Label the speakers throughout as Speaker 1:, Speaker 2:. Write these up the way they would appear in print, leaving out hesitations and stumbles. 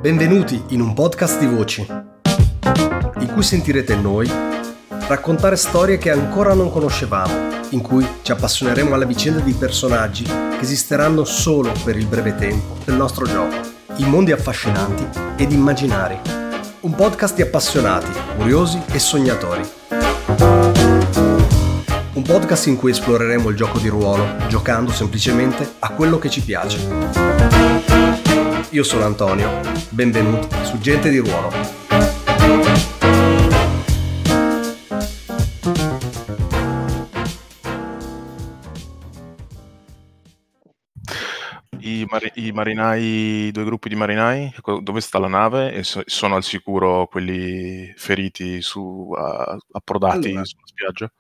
Speaker 1: Benvenuti in un podcast di voci, in cui sentirete noi raccontare storie che ancora non conoscevamo, in cui ci appassioneremo alla vicenda di personaggi che esisteranno solo per il breve tempo del nostro gioco, in mondi affascinanti ed immaginari. Un podcast di appassionati, curiosi e sognatori. Un podcast in cui esploreremo il gioco di ruolo, giocando semplicemente a quello che ci piace. Io sono Antonio, benvenuti su Gente di Ruolo.
Speaker 2: I marinai, due gruppi di marinai, dove sta la nave e sono al sicuro quelli feriti approdati
Speaker 1: Allora,
Speaker 2: sulla spiaggia?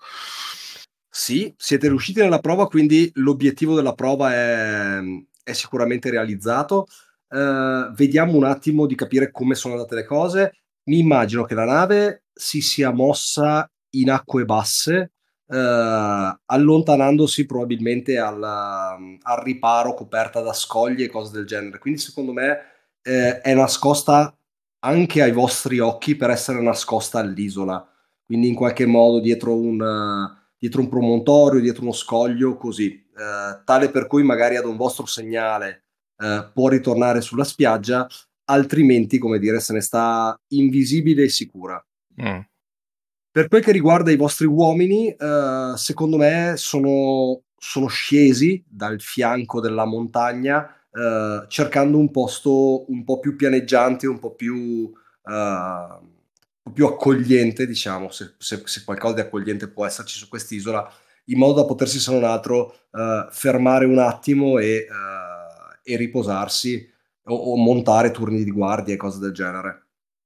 Speaker 1: sì, siete riusciti nella prova, quindi l'obiettivo della prova è sicuramente realizzato. Vediamo un attimo di capire come sono andate le cose. Mi immagino che la nave si sia mossa in acque basse, allontanandosi probabilmente al riparo, coperta da scogli e cose del genere. Quindi secondo me è nascosta anche ai vostri occhi per essere nascosta all'isola. Quindi in qualche modo dietro un promontorio, dietro uno scoglio, così, tale per cui magari ad un vostro segnale può ritornare sulla spiaggia, altrimenti, come dire, se ne sta invisibile e sicura. Per quel che riguarda i vostri uomini, secondo me sono scesi dal fianco della montagna, cercando un posto un po' più pianeggiante, un po' più accogliente, diciamo, se qualcosa di accogliente può esserci su quest'isola, in modo da potersi, se non altro, fermare un attimo e riposarsi o montare turni di guardia e cose del genere.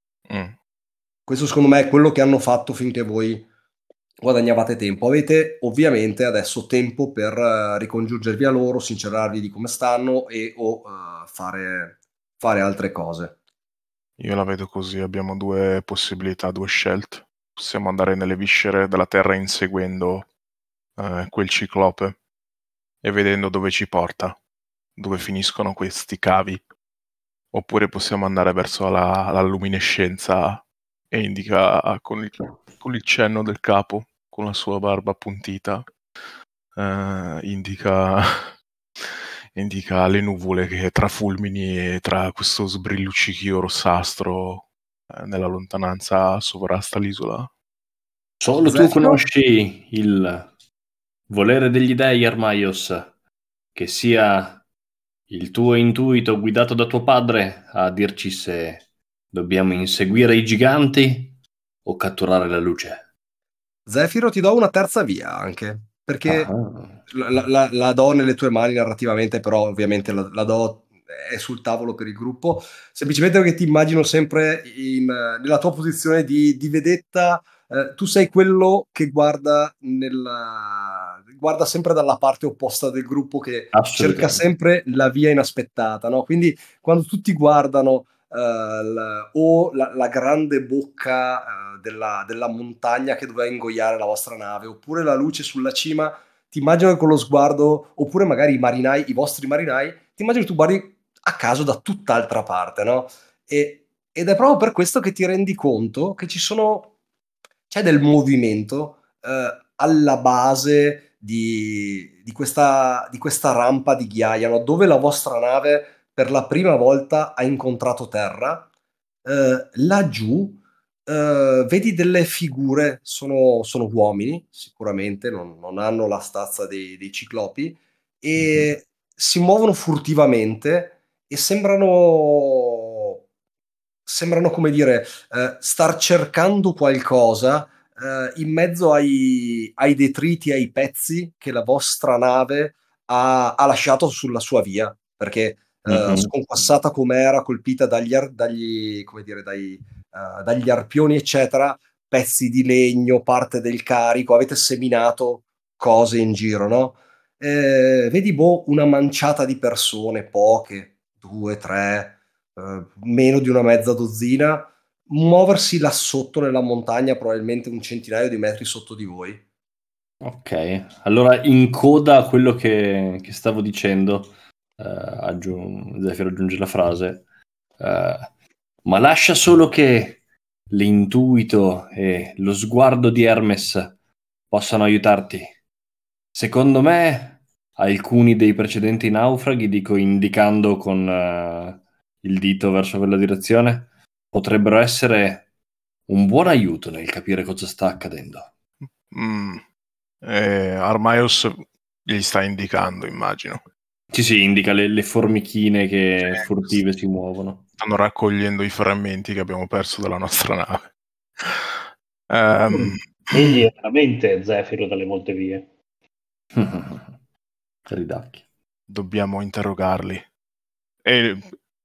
Speaker 1: Questo secondo me è quello che hanno fatto finché voi guadagnavate tempo. Avete ovviamente adesso tempo per ricongiungervi a loro, sincerarvi di come stanno o fare altre cose.
Speaker 2: Io la vedo così, abbiamo due possibilità, due scelte. Possiamo andare nelle viscere della terra inseguendo quel ciclope e vedendo dove ci porta, dove finiscono questi cavi. Oppure possiamo andare verso la luminescenza e indica con il cenno del capo, con la sua barba appuntita, indica le nuvole che tra fulmini e tra questo sbrilluccichio rossastro nella lontananza sovrasta l'isola.
Speaker 3: Solo tu
Speaker 1: Zefiro?
Speaker 3: conosci il volere degli dei, Armaios, che sia il tuo intuito guidato da tuo padre a dirci se dobbiamo inseguire i giganti o catturare la luce.
Speaker 1: Zefiro, ti do una terza via anche, perché
Speaker 3: Ah.
Speaker 1: la do nelle tue mani narrativamente, però ovviamente la do, è sul tavolo per il gruppo, semplicemente perché ti immagino sempre nella tua posizione di vedetta. Tu sei quello che guarda sempre dalla parte opposta del gruppo, che cerca
Speaker 3: Assolutamente.
Speaker 1: sempre la via inaspettata, no? Quindi quando tutti guardano la grande bocca della montagna che doveva ingoiare la vostra nave, oppure la luce sulla cima, ti immagino che con lo sguardo, oppure magari i vostri marinai, ti immagino che tu guardi a caso da tutt'altra parte, no? Ed è proprio per questo che ti rendi conto che c'è del movimento alla base di questa rampa di ghiaia, no? Dove la vostra nave per la prima volta ha incontrato terra. Laggiù vedi delle figure, sono uomini sicuramente, non hanno la stazza dei ciclopi, e si muovono furtivamente e sembrano, come dire, star cercando qualcosa in mezzo ai detriti, ai pezzi che la vostra nave ha lasciato sulla sua via, perché sconquassata com'era, colpita dagli arpioni, eccetera, pezzi di legno, parte del carico, avete seminato cose in giro, no? Vedi una manciata di persone, poche, 2, 3, meno di una mezza dozzina, muoversi là sotto nella montagna, probabilmente un centinaio di metri sotto di voi.
Speaker 3: Ok, allora in coda a quello che stavo dicendo, Zefiro aggiunge la frase, ma lascia solo che l'intuito e lo sguardo di Hermes possano aiutarti. Secondo me, alcuni dei precedenti naufraghi, dico indicando con il dito verso quella direzione, potrebbero essere un buon aiuto nel capire cosa sta accadendo.
Speaker 2: Armaios gli sta indicando, immagino.
Speaker 3: Sì, indica le formichine che furtive si muovono.
Speaker 2: Stanno raccogliendo i frammenti che abbiamo perso dalla nostra nave.
Speaker 4: Egli è veramente Zefiro dalle molte vie.
Speaker 3: Ridacchi.
Speaker 2: Dobbiamo interrogarli. E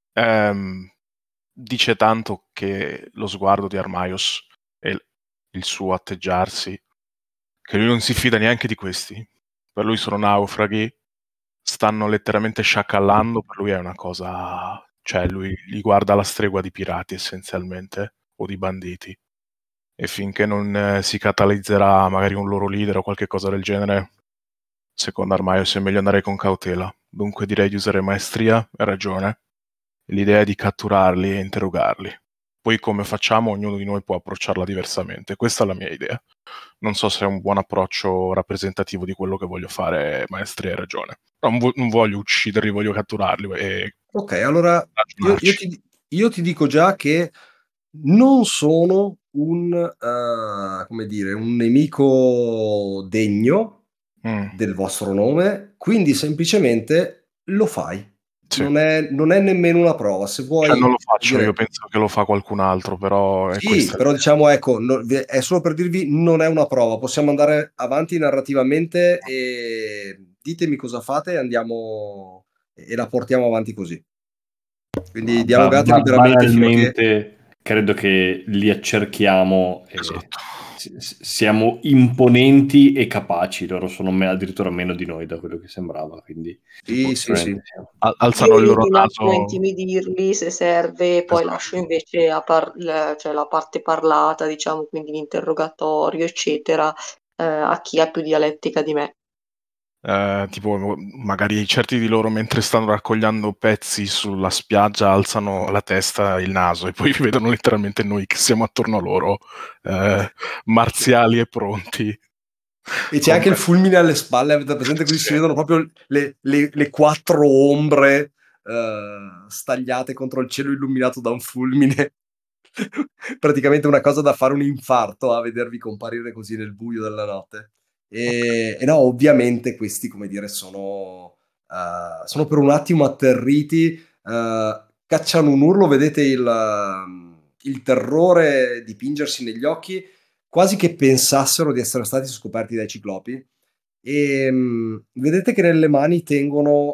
Speaker 2: dice tanto che lo sguardo di Armaios e il suo atteggiarsi, che lui non si fida neanche di questi. Per lui sono naufraghi, stanno letteralmente sciacallando, per lui è una cosa... Cioè, lui li guarda alla stregua di pirati, essenzialmente, o di banditi. E finché non si catalizzerà magari un loro leader o qualche cosa del genere, secondo Armaios è meglio andare con cautela. Dunque direi di usare maestria e ragione. L'idea è di catturarli e interrogarli. Poi come facciamo, ognuno di noi può approcciarla diversamente. Questa è la mia idea. Non so se è un buon approccio rappresentativo di quello che voglio fare, maestria e ragione. Non voglio ucciderli, voglio catturarli.
Speaker 1: Ok, allora io ti dico già che non sono come dire, un nemico degno del vostro nome, quindi semplicemente lo fai.
Speaker 2: Sì.
Speaker 1: Non è nemmeno una prova. Se vuoi,
Speaker 2: cioè non lo faccio
Speaker 1: dire...
Speaker 2: io, penso che lo fa qualcun altro, però è
Speaker 1: Sì,
Speaker 2: questa.
Speaker 1: però diciamo, ecco, è solo per dirvi, non è una prova. Possiamo andare avanti narrativamente e ditemi cosa fate e andiamo e la portiamo avanti così. Quindi dialogatevi veramente fino a che...
Speaker 3: Banalmente, credo che li accerchiamo e
Speaker 2: Esatto.
Speaker 3: siamo imponenti e capaci. Loro sono addirittura meno di noi da quello che sembrava, quindi
Speaker 1: Sì.
Speaker 2: Alzano il loro
Speaker 5: un attimo
Speaker 2: naso.
Speaker 5: intimidirli se serve, poi
Speaker 2: Esatto.
Speaker 5: lascio invece cioè la parte parlata, diciamo, quindi l'interrogatorio, eccetera, a chi ha più dialettica di me.
Speaker 2: Tipo magari certi di loro mentre stanno raccogliendo pezzi sulla spiaggia alzano la testa e il naso e poi vedono letteralmente noi che siamo attorno a loro, marziali e pronti.
Speaker 1: E c'è anche il fulmine alle spalle, avete presente? Così si vedono proprio le quattro ombre stagliate contro il cielo illuminato da un fulmine. Praticamente una cosa da fare un infarto a vedervi comparire così nel buio della notte. E no, ovviamente questi, come dire, sono per un attimo atterriti, cacciano un urlo, vedete il terrore dipingersi negli occhi, quasi che pensassero di essere stati scoperti dai ciclopi. E vedete che nelle mani tengono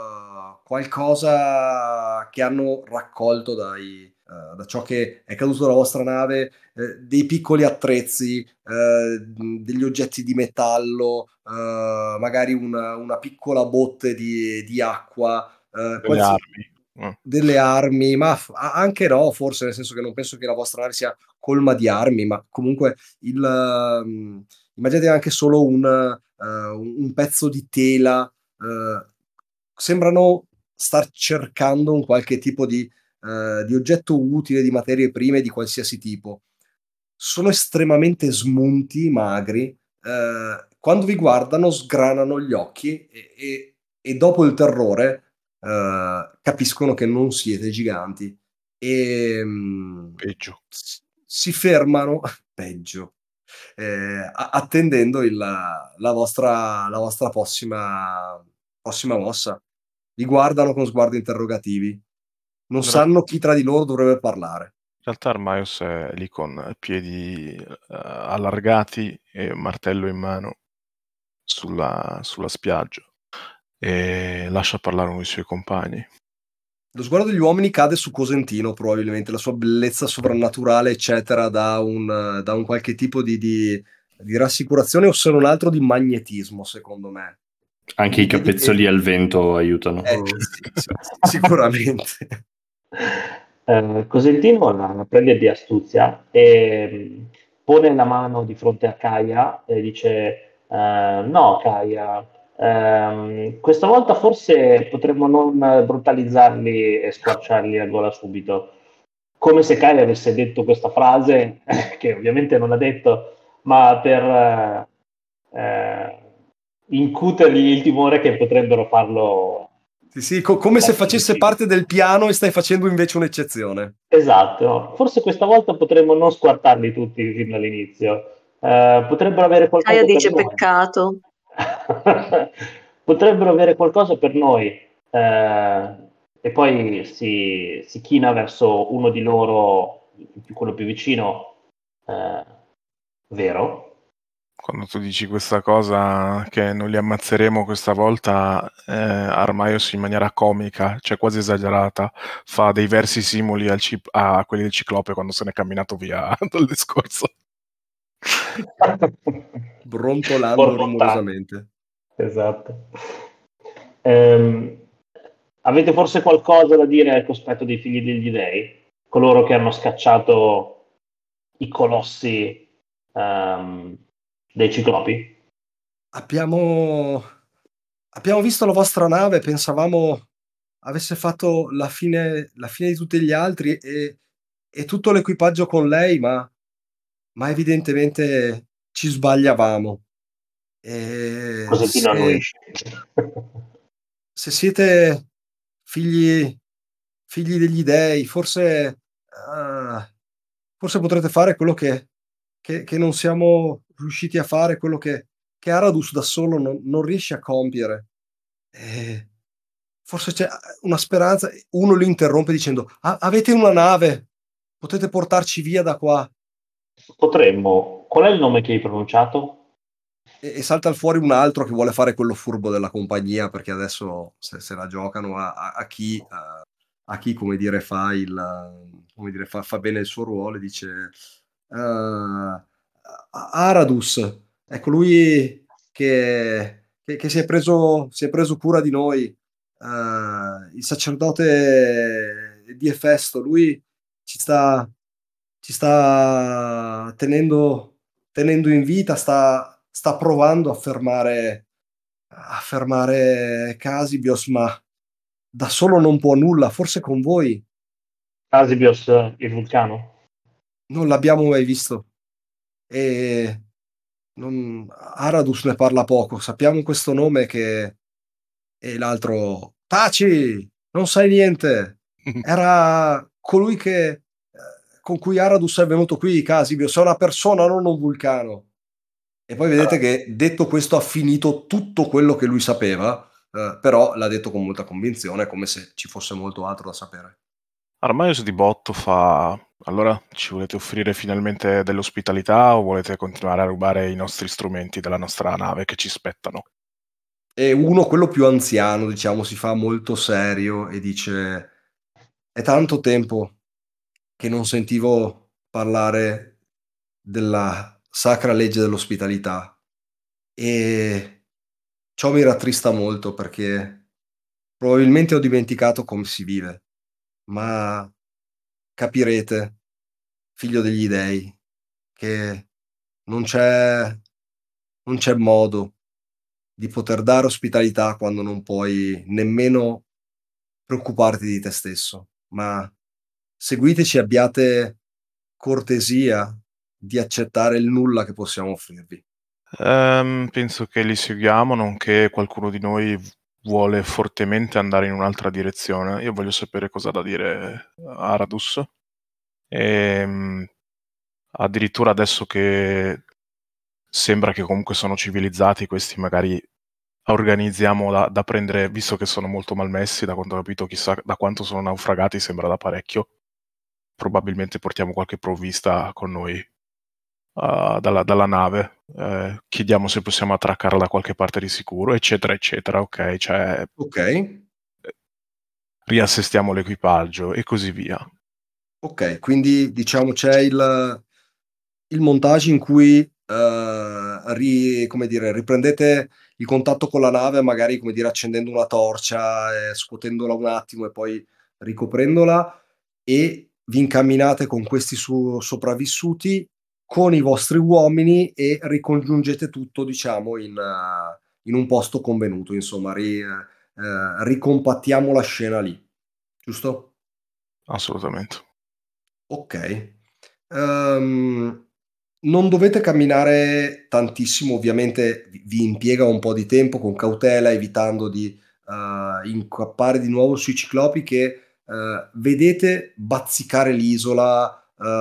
Speaker 1: qualcosa che hanno raccolto da ciò che è caduto dalla vostra nave, dei piccoli attrezzi, degli oggetti di metallo, magari una piccola botte di acqua,
Speaker 2: Delle armi.
Speaker 1: delle armi, ma anche no, forse, nel senso che non penso che la vostra nave sia colma di armi, ma comunque immaginate anche solo un pezzo di tela, sembrano star cercando un qualche tipo di oggetto utile, di materie prime di qualsiasi tipo. Sono estremamente smunti, magri, quando vi guardano sgranano gli occhi e dopo il terrore capiscono che non siete giganti e
Speaker 2: Peggio.
Speaker 1: si fermano peggio attendendo la vostra prossima mossa. Vi guardano con sguardi interrogativi, non sanno chi tra di loro dovrebbe parlare.
Speaker 2: In realtà Armaios è lì con piedi allargati e martello in mano sulla spiaggia e lascia parlare uno dei suoi compagni.
Speaker 1: Lo sguardo degli uomini cade su Cosentino, probabilmente, la sua bellezza sovrannaturale, eccetera, da un qualche tipo di rassicurazione o se non altro di magnetismo, secondo me.
Speaker 3: Anche i capezzoli al vento aiutano.
Speaker 1: Sì, sicuramente.
Speaker 4: Cosentino la prende di astuzia e pone la mano di fronte a Kaia e dice no Kaia, questa volta forse potremmo non brutalizzarli e squarciarli a gola subito. come se Kai avesse detto questa frase, che ovviamente non ha detto, ma per incutergli il timore che potrebbero farlo.
Speaker 1: Sì, come se facesse parte del piano e stai facendo invece un'eccezione.
Speaker 4: Esatto, forse questa volta potremmo non squartarli tutti fin dall'inizio. Potrebbero avere qualcosa
Speaker 5: Gaia
Speaker 4: per
Speaker 5: dice
Speaker 4: noi.
Speaker 5: peccato.
Speaker 4: Potrebbero avere qualcosa per noi. E poi si china verso uno di loro, quello più vicino, vero?
Speaker 2: Quando tu dici questa cosa che non li ammazzeremo questa volta, Armaios in maniera comica, cioè quasi esagerata, fa dei versi simili a quelli del Ciclope quando se n'è camminato via dal discorso.
Speaker 1: Brontolando
Speaker 4: Borbottando.
Speaker 1: rumorosamente.
Speaker 4: Esatto. Avete forse qualcosa da dire al cospetto dei figli degli dei? Coloro che hanno scacciato i colossi dei ciclopi?
Speaker 1: Abbiamo visto la vostra nave, pensavamo avesse fatto la fine di tutti gli altri e tutto l'equipaggio con lei, ma evidentemente ci sbagliavamo.
Speaker 4: Cosentino annuisce.
Speaker 1: Se siete figli degli dei, forse potrete fare quello che non siamo riusciti a fare, quello che Aradus da solo non riesce a compiere. Forse c'è una speranza. Uno li interrompe dicendo: avete una nave, potete portarci via da qua.
Speaker 4: Potremmo. Qual è il nome che hai pronunciato?
Speaker 1: E salta fuori un altro che vuole fare quello furbo della compagnia, perché adesso se la giocano a chi, come dire, fa bene il suo ruolo, e dice Aradus, ecco lui che si è preso cura di noi, il sacerdote di Efesto, lui ci sta tenendo in vita, sta provando a fermare Casibios, ma da solo non può nulla, forse con voi
Speaker 4: Casibios, il vulcano?
Speaker 1: non l'abbiamo mai visto e Aradus ne parla poco, sappiamo questo nome e l'altro taci, non sai niente, era colui con cui Aradus è venuto qui, Casibios, è una persona, non un vulcano. E poi vedete che detto questo ha finito tutto quello che lui sapeva, però l'ha detto con molta convinzione, come se ci fosse molto altro da sapere.
Speaker 2: Armaios di botto fa: allora ci volete offrire finalmente dell'ospitalità o volete continuare a rubare i nostri strumenti della nostra nave che ci spettano?
Speaker 1: E uno, quello più anziano, diciamo, si fa molto serio e dice: è tanto tempo che non sentivo parlare della sacra legge dell'ospitalità e ciò mi rattrista molto perché probabilmente ho dimenticato come si vive, ma capirete, figlio degli dei, che non c'è modo di poter dare ospitalità quando non puoi nemmeno preoccuparti di te stesso. Ma seguiteci e abbiate cortesia di accettare il nulla che possiamo offrirvi.
Speaker 2: Penso che li seguiamo, nonché qualcuno di noi vuole fortemente andare in un'altra direzione. Io voglio sapere cosa ha da dire Aradus. Addirittura adesso che sembra che comunque sono civilizzati, questi magari organizziamo da prendere, visto che sono molto malmessi, da quanto ho capito, chissà da quanto sono naufragati, sembra da parecchio. Probabilmente portiamo qualche provvista con noi dalla nave. Chiediamo se possiamo attraccarla da qualche parte di sicuro, eccetera, eccetera. Ok, cioè
Speaker 1: Ok?
Speaker 2: riassestiamo l'equipaggio e così via.
Speaker 1: Ok, quindi diciamo c'è il montaggio in cui come dire, riprendete il contatto con la nave, magari come dire, accendendo una torcia, scuotendola un attimo e poi ricoprendola, e vi incamminate con questi sopravvissuti con i vostri uomini e ricongiungete tutto, diciamo, in un posto convenuto, insomma, ricompattiamo la scena lì, giusto?
Speaker 2: Assolutamente.
Speaker 1: Ok. Non dovete camminare tantissimo, ovviamente vi impiega un po' di tempo con cautela, evitando di incappare di nuovo sui ciclopi che vedete bazzicare l'isola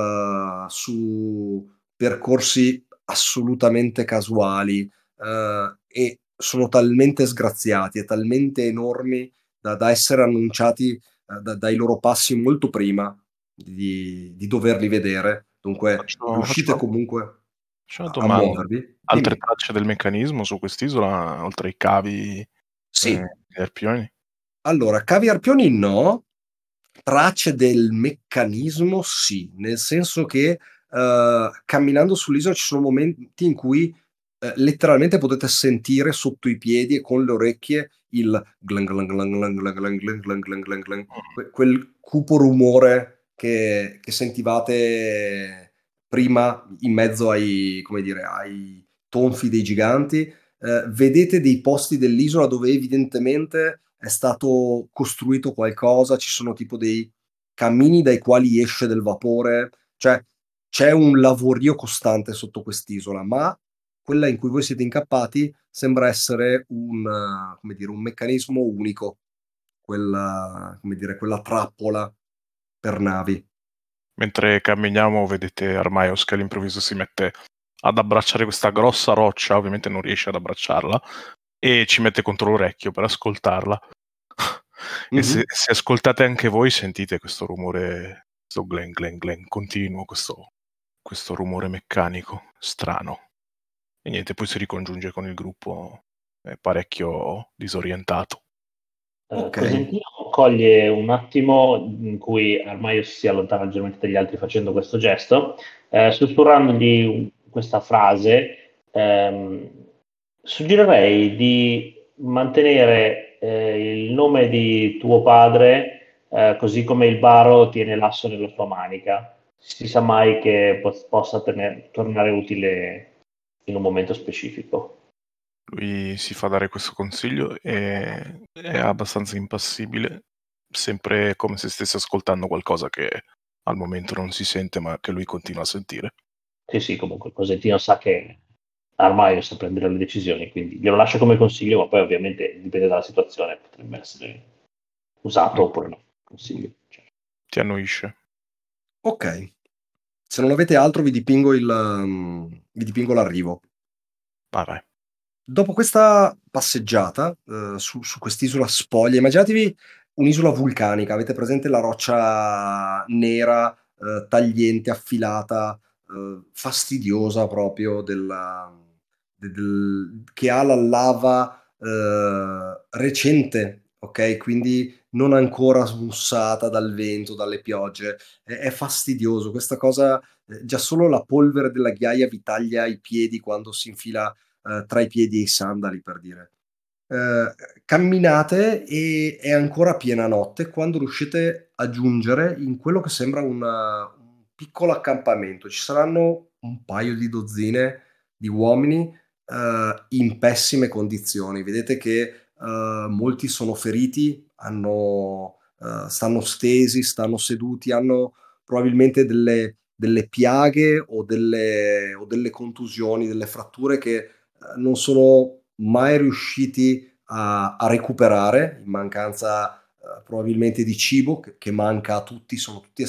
Speaker 1: su percorsi assolutamente casuali e sono talmente sgraziati e talmente enormi da essere annunciati dai loro passi molto prima di doverli vedere. Dunque,
Speaker 2: Faccio,
Speaker 1: riuscite
Speaker 2: faccio-
Speaker 1: comunque
Speaker 2: faccio una
Speaker 1: a
Speaker 2: domanda.
Speaker 1: muovervi?
Speaker 2: Altre
Speaker 1: Dimmi.
Speaker 2: tracce del meccanismo su quest'isola, oltre ai cavi
Speaker 1: Sì,
Speaker 2: e arpioni?
Speaker 1: allora, cavi arpioni no, tracce del meccanismo sì, nel senso che camminando sull'isola ci sono momenti in cui letteralmente potete sentire sotto i piedi e con le orecchie il glang glang glang glang glang glang glang glang glang glang glang, quel cupo rumore che sentivate prima in mezzo ai, come dire, ai tonfi dei giganti. Vedete dei posti dell'isola dove evidentemente è stato costruito qualcosa, ci sono tipo dei cammini dai quali esce del vapore, cioè c'è un lavorio costante sotto quest'isola, ma quella in cui voi siete incappati sembra essere come dire, un meccanismo unico, quella, come dire, quella trappola per navi.
Speaker 2: Mentre camminiamo, vedete Armaios che all'improvviso si mette ad abbracciare questa grossa roccia, ovviamente non riesce ad abbracciarla, e ci mette contro l'orecchio per ascoltarla. E se
Speaker 1: Mhm.
Speaker 2: ascoltate anche voi, sentite questo rumore, questo glen glen glen continuo, questo rumore meccanico strano. E niente, poi si ricongiunge con il gruppo, parecchio disorientato.
Speaker 1: Ok.
Speaker 4: Cosentino coglie un attimo in cui Armaios si allontana leggermente dagli altri facendo questo gesto, sussurrandogli questa frase. Suggerirei di mantenere il nome di tuo padre, così come il baro tiene l'asso nella sua manica. Si sa mai che possa tornare utile in un momento specifico.
Speaker 2: Lui si fa dare questo consiglio e è abbastanza impassibile, sempre come se stesse ascoltando qualcosa che al momento non si sente, ma che lui continua a sentire.
Speaker 4: Sì, sì, comunque Cosentino sa che Armaio sa prendere le decisioni, quindi glielo lascio come consiglio, ma poi ovviamente dipende dalla situazione, potrebbe essere usato
Speaker 2: Ok.
Speaker 4: oppure no. Consiglio. Cioè.
Speaker 2: Ti annuisce.
Speaker 1: Ok. Se non avete altro, vi dipingo l'arrivo.
Speaker 2: Vai.
Speaker 1: Dopo questa passeggiata su quest'isola spoglia, immaginatevi un'isola vulcanica, avete presente la roccia nera, tagliente, affilata, fastidiosa proprio, che ha la lava recente, ok? Quindi non ancora smussata dal vento, dalle piogge. È fastidioso. Questa cosa, già solo la polvere della ghiaia vi taglia i piedi quando si infila tra i piedi e i sandali, per dire. Camminate e è ancora piena notte quando riuscite a giungere in quello che sembra un piccolo accampamento. Ci saranno un paio di dozzine di uomini in pessime condizioni. Vedete che molti sono feriti, stanno stesi, stanno seduti, hanno probabilmente delle piaghe o delle contusioni, delle fratture che non sono mai riusciti a recuperare in mancanza probabilmente di cibo che manca a tutti, sono tutti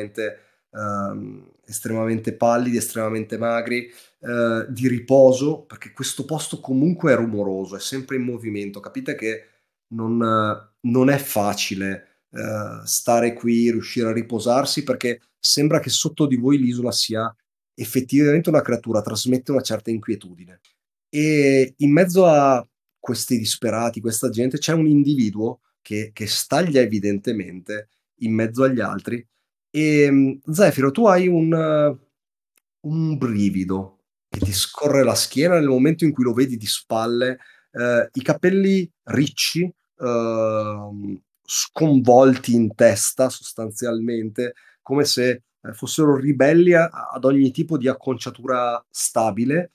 Speaker 1: estremamente pallidi, estremamente magri, di riposo, perché questo posto comunque è rumoroso, è sempre in movimento. Capite che non è facile stare qui, riuscire a riposarsi, perché sembra che sotto di voi l'isola sia effettivamente una creatura, trasmette una certa inquietudine. E in mezzo a questi disperati, questa gente, c'è un individuo che staglia evidentemente in mezzo agli altri. E Zefiro, tu hai un brivido che ti scorre la schiena nel momento in cui lo vedi di spalle, i capelli ricci, sconvolti in testa sostanzialmente, come se fossero ribelli ad ogni tipo di acconciatura stabile.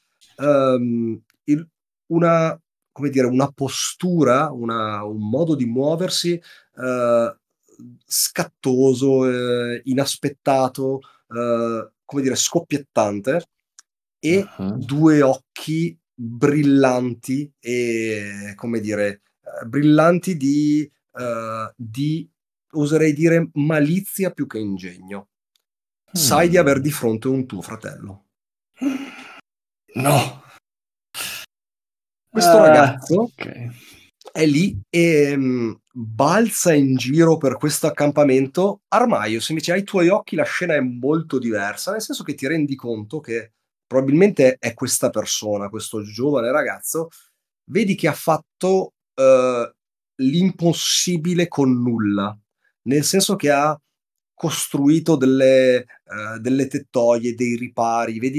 Speaker 1: Una, come dire, una postura, un modo di muoversi scattoso, inaspettato, come dire, scoppiettante, e due occhi brillanti e, come dire, brillanti di, oserei dire, malizia più che ingegno. Sai di aver di fronte un tuo fratello.
Speaker 3: No.
Speaker 1: Questo ragazzo
Speaker 3: Ok.
Speaker 1: è lì e balza in giro per questo accampamento. Armaios, invece, ai tuoi occhi la scena è molto diversa, nel senso che ti rendi conto che probabilmente è questa persona, questo giovane ragazzo, vedi che ha fatto l'impossibile con nulla, nel senso che ha costruito delle tettoie, dei ripari, vedi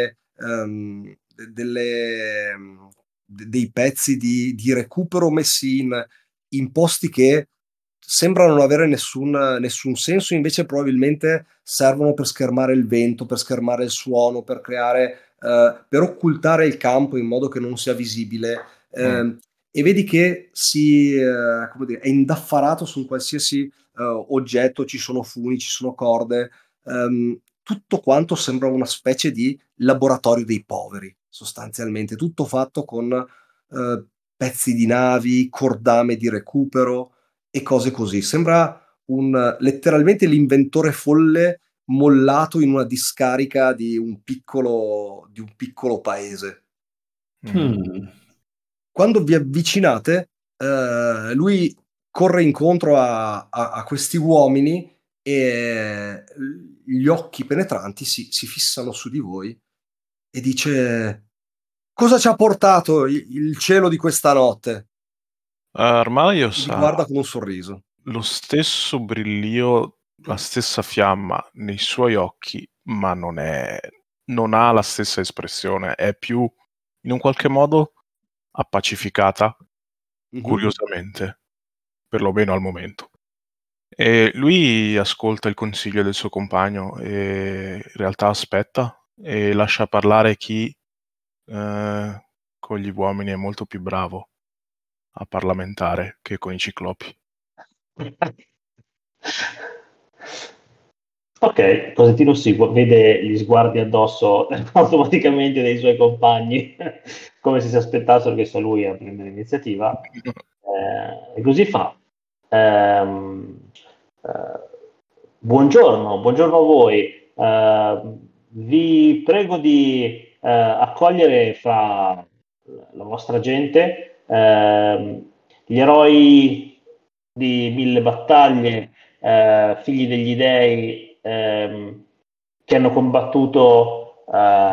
Speaker 1: dei pezzi di recupero messi in posti che sembrano non avere nessun senso, invece probabilmente servono per schermare il vento, per schermare il suono, per creare, per occultare il campo in modo che non sia visibile. E vedi che come dire, è indaffarato su un qualsiasi oggetto, ci sono funi, ci sono corde, tutto quanto sembra una specie di laboratorio dei poveri, sostanzialmente, tutto fatto con pezzi di navi, cordame di recupero e cose così. Sembra letteralmente l'inventore folle mollato in una discarica di un piccolo paese. Quando vi avvicinate, lui corre incontro a questi uomini e gli occhi penetranti si fissano su di voi e dice: cosa ci ha portato il cielo di questa notte?
Speaker 2: Armaios
Speaker 1: Vi
Speaker 2: ha
Speaker 1: guarda con un sorriso.
Speaker 2: lo stesso brillio, la stessa fiamma nei suoi occhi, ma non ha la stessa espressione, è più in un qualche modo appacificata, curiosamente, perlomeno al momento. E lui ascolta il consiglio del suo compagno e in realtà aspetta e lascia parlare chi con gli uomini è molto più bravo a parlamentare che con i ciclopi.
Speaker 4: Ok, Cosentino vede gli sguardi addosso automaticamente dei suoi compagni, come se si aspettassero che sia lui a prendere l'iniziativa, e così fa. Ehm, buongiorno a voi. Vi prego di accogliere fra la vostra gente gli eroi di 1000 battaglie, figli degli dei, che hanno combattuto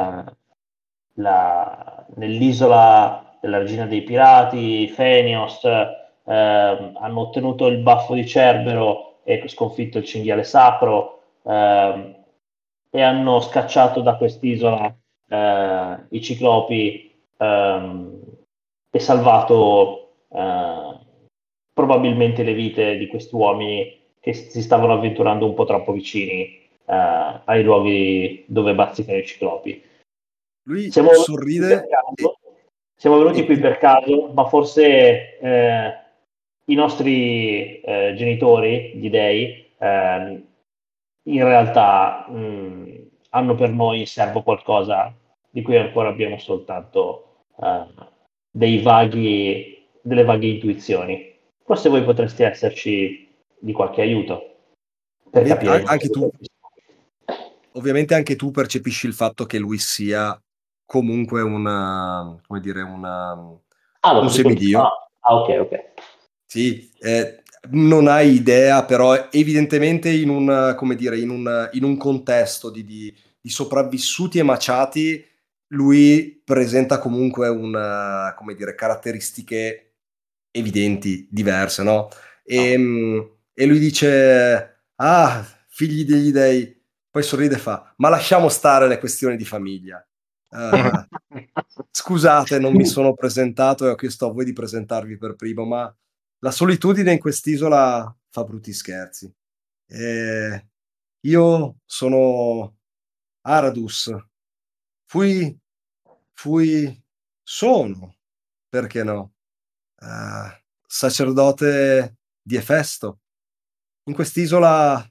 Speaker 4: nell'isola della regina dei pirati, Fenios, hanno ottenuto il baffo di Cerbero e sconfitto il cinghiale sacro, e hanno scacciato da quest'isola i ciclopi, e salvato probabilmente le vite di questi uomini che si stavano avventurando un po' troppo vicini ai luoghi dove bazzicano i ciclopi.
Speaker 1: Lui
Speaker 4: Siamo
Speaker 1: sorride
Speaker 4: venuti qui per caso, ma forse i nostri genitori, gli dei, in realtà hanno per noi in serbo qualcosa di cui ancora abbiamo soltanto delle vaghe intuizioni. Forse voi potreste esserci di qualche aiuto per capire.
Speaker 1: anche tu, ovviamente anche tu percepisci il fatto che lui sia comunque come dire, un semidio.
Speaker 4: Ok.
Speaker 1: Sì, non hai idea, però evidentemente come dire, in un contesto di sopravvissuti e maciati, lui presenta comunque come dire, caratteristiche evidenti, diverse, no? E lui dice: ah, figli degli dei. Poi sorride e fa: ma lasciamo stare le questioni di famiglia. Scusate, non mi sono presentato e ho chiesto a voi di presentarvi per primo, ma la solitudine in quest'isola fa brutti scherzi. Io sono Aradus. Sono, perché no, sacerdote di Efesto. in quest'isola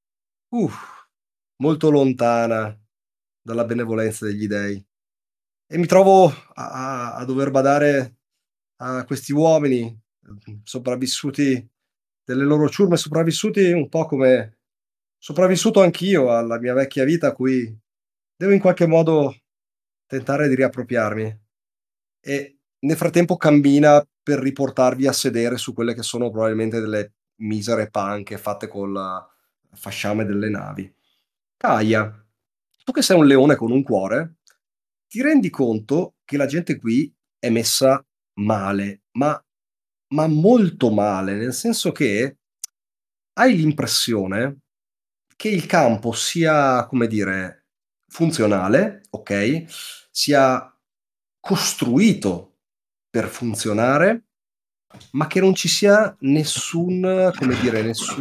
Speaker 1: molto lontana dalla benevolenza degli dei. E mi trovo a dover badare a questi uomini sopravvissuti, delle loro ciurme, sopravvissuti un po' come sopravvissuto anch'io alla mia vecchia vita, a cui devo in qualche modo tentare di riappropriarmi. E nel frattempo cammina per riportarvi a sedere su quelle che sono probabilmente delle misere panche fatte col fasciame delle navi. Kaia, tu che sei un leone con un cuore, ti rendi conto che la gente qui è messa male, ma molto male, nel senso che hai l'impressione che il campo sia, come dire, funzionale, okay, sia costruito per funzionare, ma che non ci sia nessun, come dire,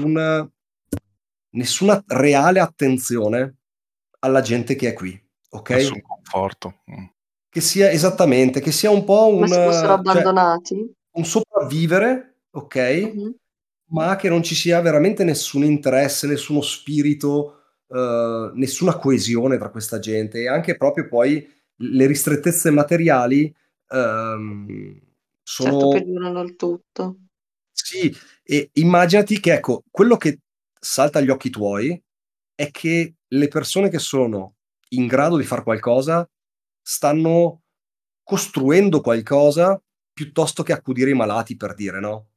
Speaker 1: nessuna reale attenzione alla gente che è qui,
Speaker 2: Nessun
Speaker 1: okay?
Speaker 2: conforto.
Speaker 1: Che sia esattamente, che sia un po'
Speaker 5: Come se fossero
Speaker 1: cioè
Speaker 5: abbandonati.
Speaker 1: un sopravvivere, okay,
Speaker 5: Mhm.
Speaker 1: ma che non ci sia veramente nessun interesse, nessuno spirito, nessuna coesione tra questa gente e anche proprio poi le ristrettezze materiali,
Speaker 5: Certo,
Speaker 1: sono
Speaker 5: peggiorano il tutto.
Speaker 1: sì, e immaginati che, ecco, quello che salta agli occhi tuoi è che le persone che sono in grado di far qualcosa stanno costruendo qualcosa piuttosto che accudire i malati, per dire, no?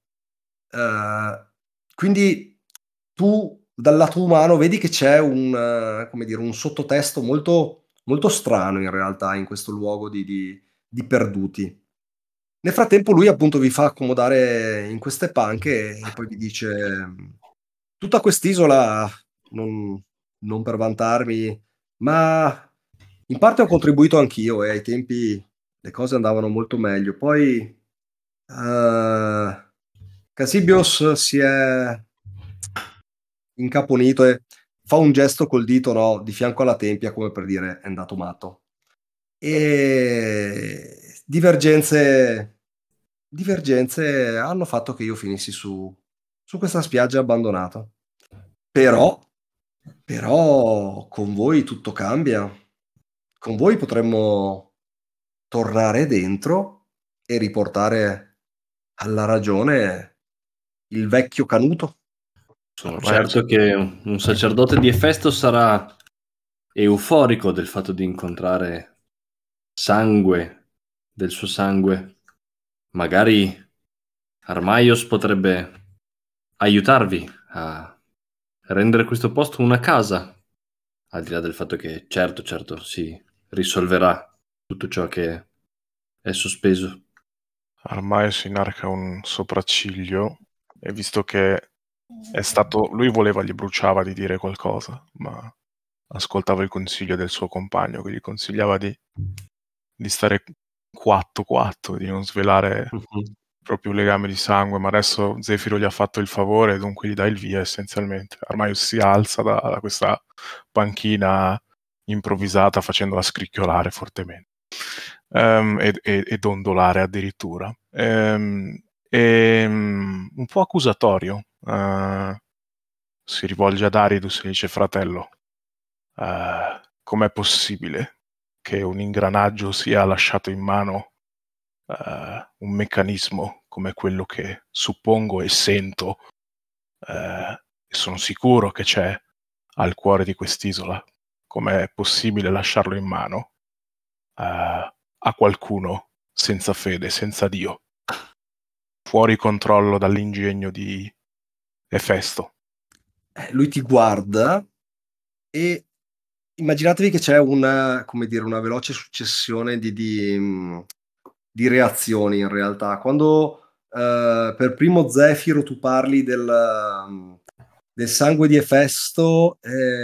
Speaker 1: Quindi tu dal lato umano vedi che c'è come dire, un sottotesto molto, molto strano in realtà in questo luogo di perduti. Nel frattempo lui appunto vi fa accomodare in queste panche e poi vi dice: "Tutta quest'isola non per vantarmi, ma in parte ho contribuito anch'io e ai tempi le cose andavano molto meglio. Poi, Cassibios si è incaponito e fa un gesto col dito, no, di fianco alla tempia come per dire: "È andato matto". Divergenze hanno fatto che io finissi su questa spiaggia abbandonata. Però con voi tutto cambia. Con voi potremmo tornare dentro e riportare alla ragione il vecchio Canuto.
Speaker 3: Sono
Speaker 2: Ormai
Speaker 3: certo che un sacerdote di Efesto sarà euforico del fatto di incontrare sangue del suo sangue. Magari Armaios potrebbe aiutarvi a rendere questo posto una casa, al di là del fatto che certo si risolverà tutto ciò che è sospeso.
Speaker 2: Ormai si inarca un sopracciglio e visto che è stato... Lui voleva, gli bruciava di dire qualcosa, ma ascoltava il consiglio del suo compagno che gli consigliava di stare quatto, di non svelare
Speaker 3: Mhm.
Speaker 2: proprio un legame di sangue, ma adesso Zefiro gli ha fatto il favore e dunque gli dà il via essenzialmente. Ormai si alza da questa panchina improvvisata facendola scricchiolare fortemente e dondolare addirittura. Un po' accusatorio. Si rivolge ad Aridus e dice: fratello, com'è possibile che un ingranaggio sia lasciato in mano un meccanismo come quello che suppongo e sento e sono sicuro che c'è al cuore di quest'isola? Com'è possibile lasciarlo in mano a qualcuno senza fede, senza Dio, fuori controllo dall'ingegno di Efesto?
Speaker 1: Lui ti guarda e immaginatevi che c'è una, come dire, una veloce successione di reazioni in realtà. Quando per primo Zefiro tu parli del sangue di Efesto,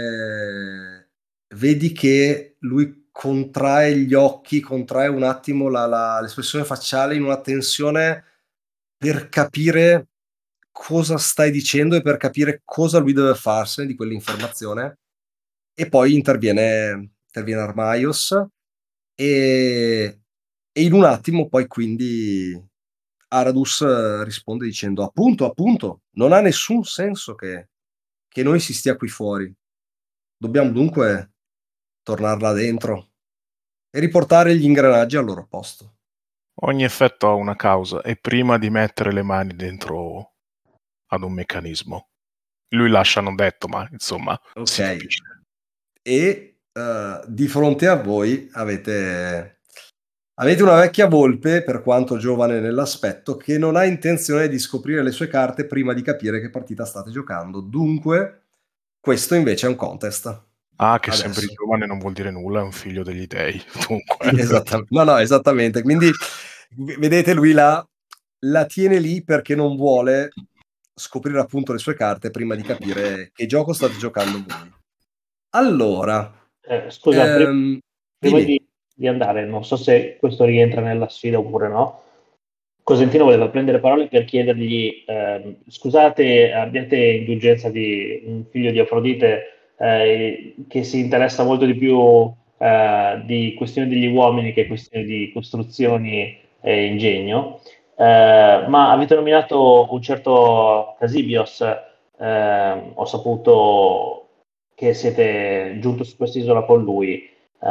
Speaker 1: vedi che lui contrae gli occhi, contrae un attimo l'espressione facciale in una tensione per capire cosa stai dicendo e per capire cosa lui deve farsene di quell'informazione. E poi interviene Armaios e, e in un attimo poi quindi Aradus risponde dicendo appunto, non ha nessun senso che che noi si stia qui fuori. Dobbiamo dunque tornarla dentro e riportare gli ingranaggi al loro posto.
Speaker 2: Ogni effetto ha una causa e prima di mettere le mani dentro ad un meccanismo, lui lascia non detto, ma insomma si
Speaker 1: Ok.
Speaker 2: capisce.
Speaker 1: E di fronte a voi avete una vecchia volpe, per quanto giovane nell'aspetto, che non ha intenzione di scoprire le sue carte prima di capire che partita state giocando. Dunque, questo invece è un contest.
Speaker 2: Ah, che sembri
Speaker 1: Adesso.
Speaker 2: giovane non vuol dire nulla, è un figlio degli dei. Dunque,
Speaker 1: Esattamente. No, esattamente. Quindi, vedete, lui la tiene lì perché non vuole scoprire appunto le sue carte prima di capire che gioco state giocando voi. Allora,
Speaker 4: Scusa, prima
Speaker 1: dimmi.
Speaker 4: di andare, non so se questo rientra nella sfida oppure no. Cosentino voleva prendere parole per chiedergli: scusate, abbiate indulgenza di un figlio di Afrodite che si interessa molto di più di questioni degli uomini che questioni di costruzioni e ingegno, ma avete nominato un certo Casibios. Ho saputo che siete giunto su quest'isola con lui.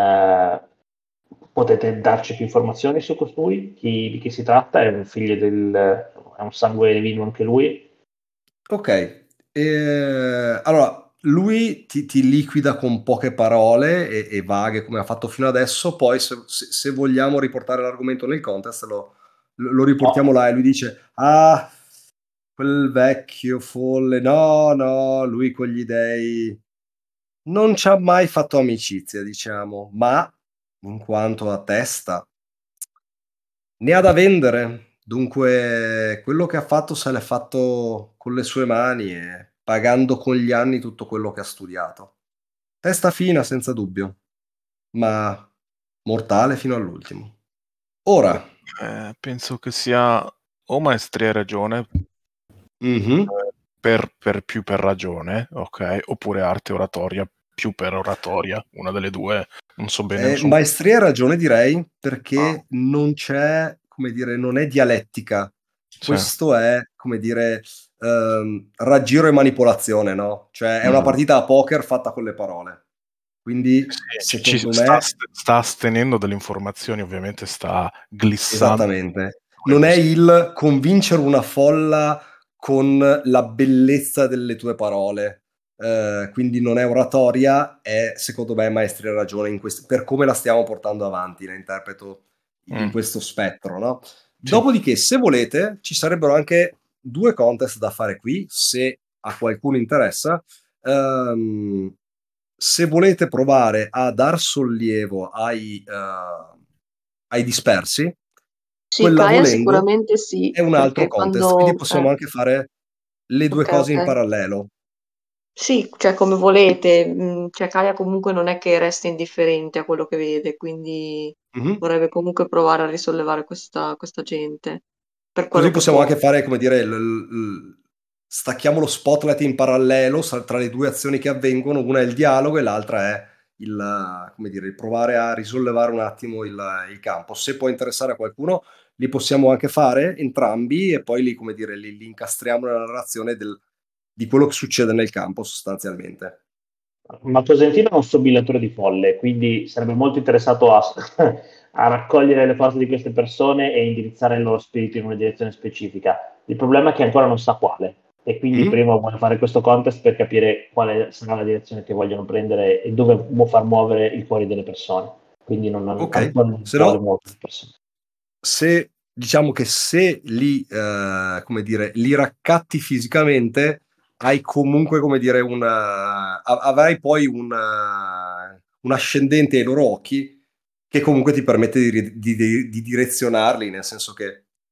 Speaker 4: Potete darci più informazioni su costui? Di chi si tratta? È un figlio è un sangue divino anche lui?
Speaker 1: Ok, allora lui ti liquida con poche parole e vaghe come ha fatto fino adesso, poi se vogliamo riportare l'argomento nel contest lo riportiamo là e lui dice: ah, quel vecchio folle, no, lui con gli dei non ci ha mai fatto amicizia, diciamo, ma in quanto a testa ne ha da vendere. Dunque, quello che ha fatto se l'è fatto con le sue mani e pagando con gli anni tutto quello che ha studiato. Testa fina, senza dubbio, ma mortale fino all'ultimo. Ora,
Speaker 2: penso che sia o maestria e ragione,
Speaker 1: mhm,
Speaker 2: più per ragione, ok? Oppure arte oratoria più per oratoria, una delle due, non so bene. Non so...
Speaker 1: maestria e ragione direi, perché non c'è, come dire, non è dialettica.
Speaker 2: Sì.
Speaker 1: Questo è, come dire, raggiro e manipolazione, no? Cioè è una
Speaker 2: Mhm.
Speaker 1: partita a poker fatta con le parole. Quindi,
Speaker 2: Sì,
Speaker 1: secondo me,
Speaker 2: sta astenendo delle informazioni, ovviamente sta glissando.
Speaker 1: esattamente, non è il convincere una folla con la bellezza delle tue parole. Quindi non è oratoria, è secondo me maestria e ragione per come la stiamo portando avanti, la interpreto in questo spettro, no? Dopodiché, se volete, ci sarebbero anche 2 contest da fare qui, se a qualcuno interessa. Se volete provare a dar sollievo ai dispersi,
Speaker 5: Sì,
Speaker 1: quella
Speaker 5: Kaya
Speaker 1: volendo
Speaker 5: sicuramente sì,
Speaker 1: è un altro
Speaker 5: perché
Speaker 1: contest, quindi
Speaker 5: quando...
Speaker 1: possiamo anche fare le 2
Speaker 5: ok,
Speaker 1: cose in
Speaker 5: ok.
Speaker 1: parallelo.
Speaker 5: Sì, cioè come volete, cioè Kaya comunque non è che resta indifferente a quello che vede, quindi
Speaker 1: Mhm.
Speaker 5: vorrebbe comunque provare a risollevare questa gente, per
Speaker 1: Così
Speaker 5: quello che
Speaker 1: possiamo
Speaker 5: può.
Speaker 1: anche fare, come dire, stacchiamo lo spotlight in parallelo tra le 2 azioni che avvengono, una è il dialogo e l'altra è come dire, il provare a risollevare un attimo il campo. Se può interessare a qualcuno, li possiamo anche fare entrambi e poi come dire, li incastriamo nella narrazione di quello che succede nel campo sostanzialmente.
Speaker 4: Ma Cosentino è un sobillatore di folle, quindi sarebbe molto interessato a raccogliere le forze di queste persone e indirizzare il loro spirito in una direzione specifica. Il problema è che ancora non sa quale, e quindi
Speaker 1: Mhm.
Speaker 4: prima vuole fare questo contest per capire quale sarà la direzione che vogliono prendere e dove può far muovere il cuore delle persone. Quindi
Speaker 1: Ok,
Speaker 4: ancora non
Speaker 1: se
Speaker 4: vuole
Speaker 1: no,
Speaker 4: muovere le persone.
Speaker 1: se diciamo che se come dire, li raccatti fisicamente, hai comunque, come dire, avrai poi un ascendente ai loro occhi che comunque ti permette di direzionarli, nel senso che,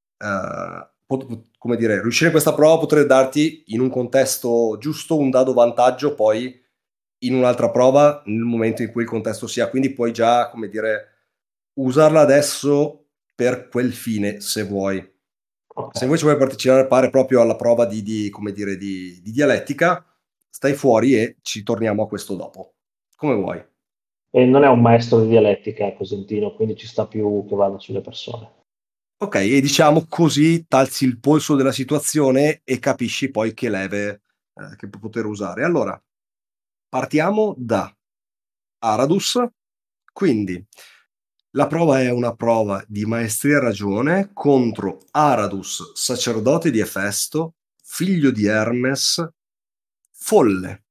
Speaker 1: come dire, riuscire in questa prova potrebbe darti in un contesto giusto un dado vantaggio, poi in un'altra prova nel momento in cui il contesto sia, quindi puoi già, come dire, usarla adesso per quel fine, se vuoi.
Speaker 4: Ok.
Speaker 1: Se invece vuoi partecipare proprio alla prova come dire, di dialettica, stai fuori e ci torniamo a questo dopo. Come vuoi.
Speaker 4: E non è un maestro di dialettica, Cosentino, quindi ci sta più che vada sulle persone.
Speaker 1: Ok, e diciamo così talzi il polso della situazione e capisci poi che leve che può poter usare. Allora, partiamo da Aradus. Quindi la prova è una prova di maestria e ragione contro Aradus, sacerdote di Efesto, figlio di Hermes, folle.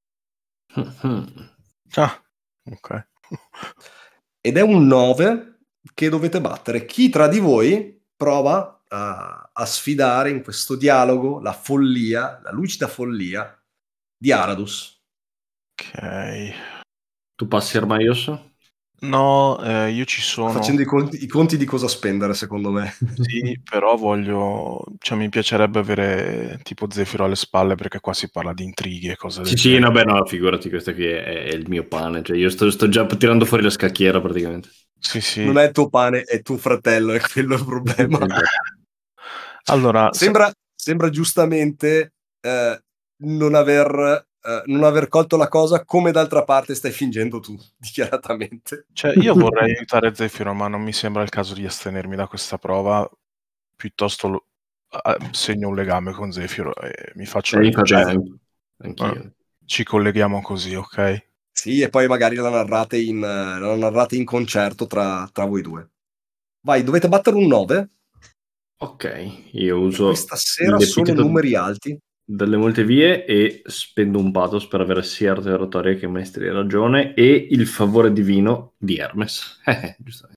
Speaker 2: Ah, ok.
Speaker 1: Ed è un 9 che dovete battere. Chi tra di voi prova a sfidare in questo dialogo la follia, la lucida follia di Aradus?
Speaker 2: Ok.
Speaker 3: Tu passi Armaios?
Speaker 2: No, io ci
Speaker 1: Sto
Speaker 2: sono.
Speaker 1: facendo i conti di cosa spendere, secondo me.
Speaker 2: Sì, però voglio. Cioè, mi piacerebbe avere tipo Zefiro alle spalle perché qua si parla di intrighi e cose del
Speaker 3: Sì,
Speaker 2: genere.
Speaker 3: vabbè, no, figurati, questo qui è il mio pane. Cioè, io sto già tirando fuori la scacchiera praticamente.
Speaker 2: Sì.
Speaker 1: Non è il tuo pane, è tuo fratello, è quello il problema.
Speaker 2: Allora,
Speaker 1: Sembra giustamente non aver colto la cosa, come d'altra parte stai fingendo tu, dichiaratamente.
Speaker 2: cioè, io vorrei aiutare Zefiro, ma non mi sembra il caso di astenermi da questa prova. Piuttosto segno un legame con Zefiro e mi faccio
Speaker 3: Infatti,
Speaker 2: aiutare.
Speaker 3: anch'io.
Speaker 2: Ci colleghiamo così, ok?
Speaker 1: Sì, e poi magari la narrate in concerto tra voi due. Vai, dovete battere un 9.
Speaker 3: Ok, io
Speaker 1: E
Speaker 3: uso
Speaker 1: questa sera
Speaker 3: il
Speaker 1: sono
Speaker 3: epiteto
Speaker 1: numeri alti.
Speaker 3: dalle molte vie e spendo un pathos per avere sia arte oratoria che maestria e ragione e il favore divino di Hermes. Giustamente.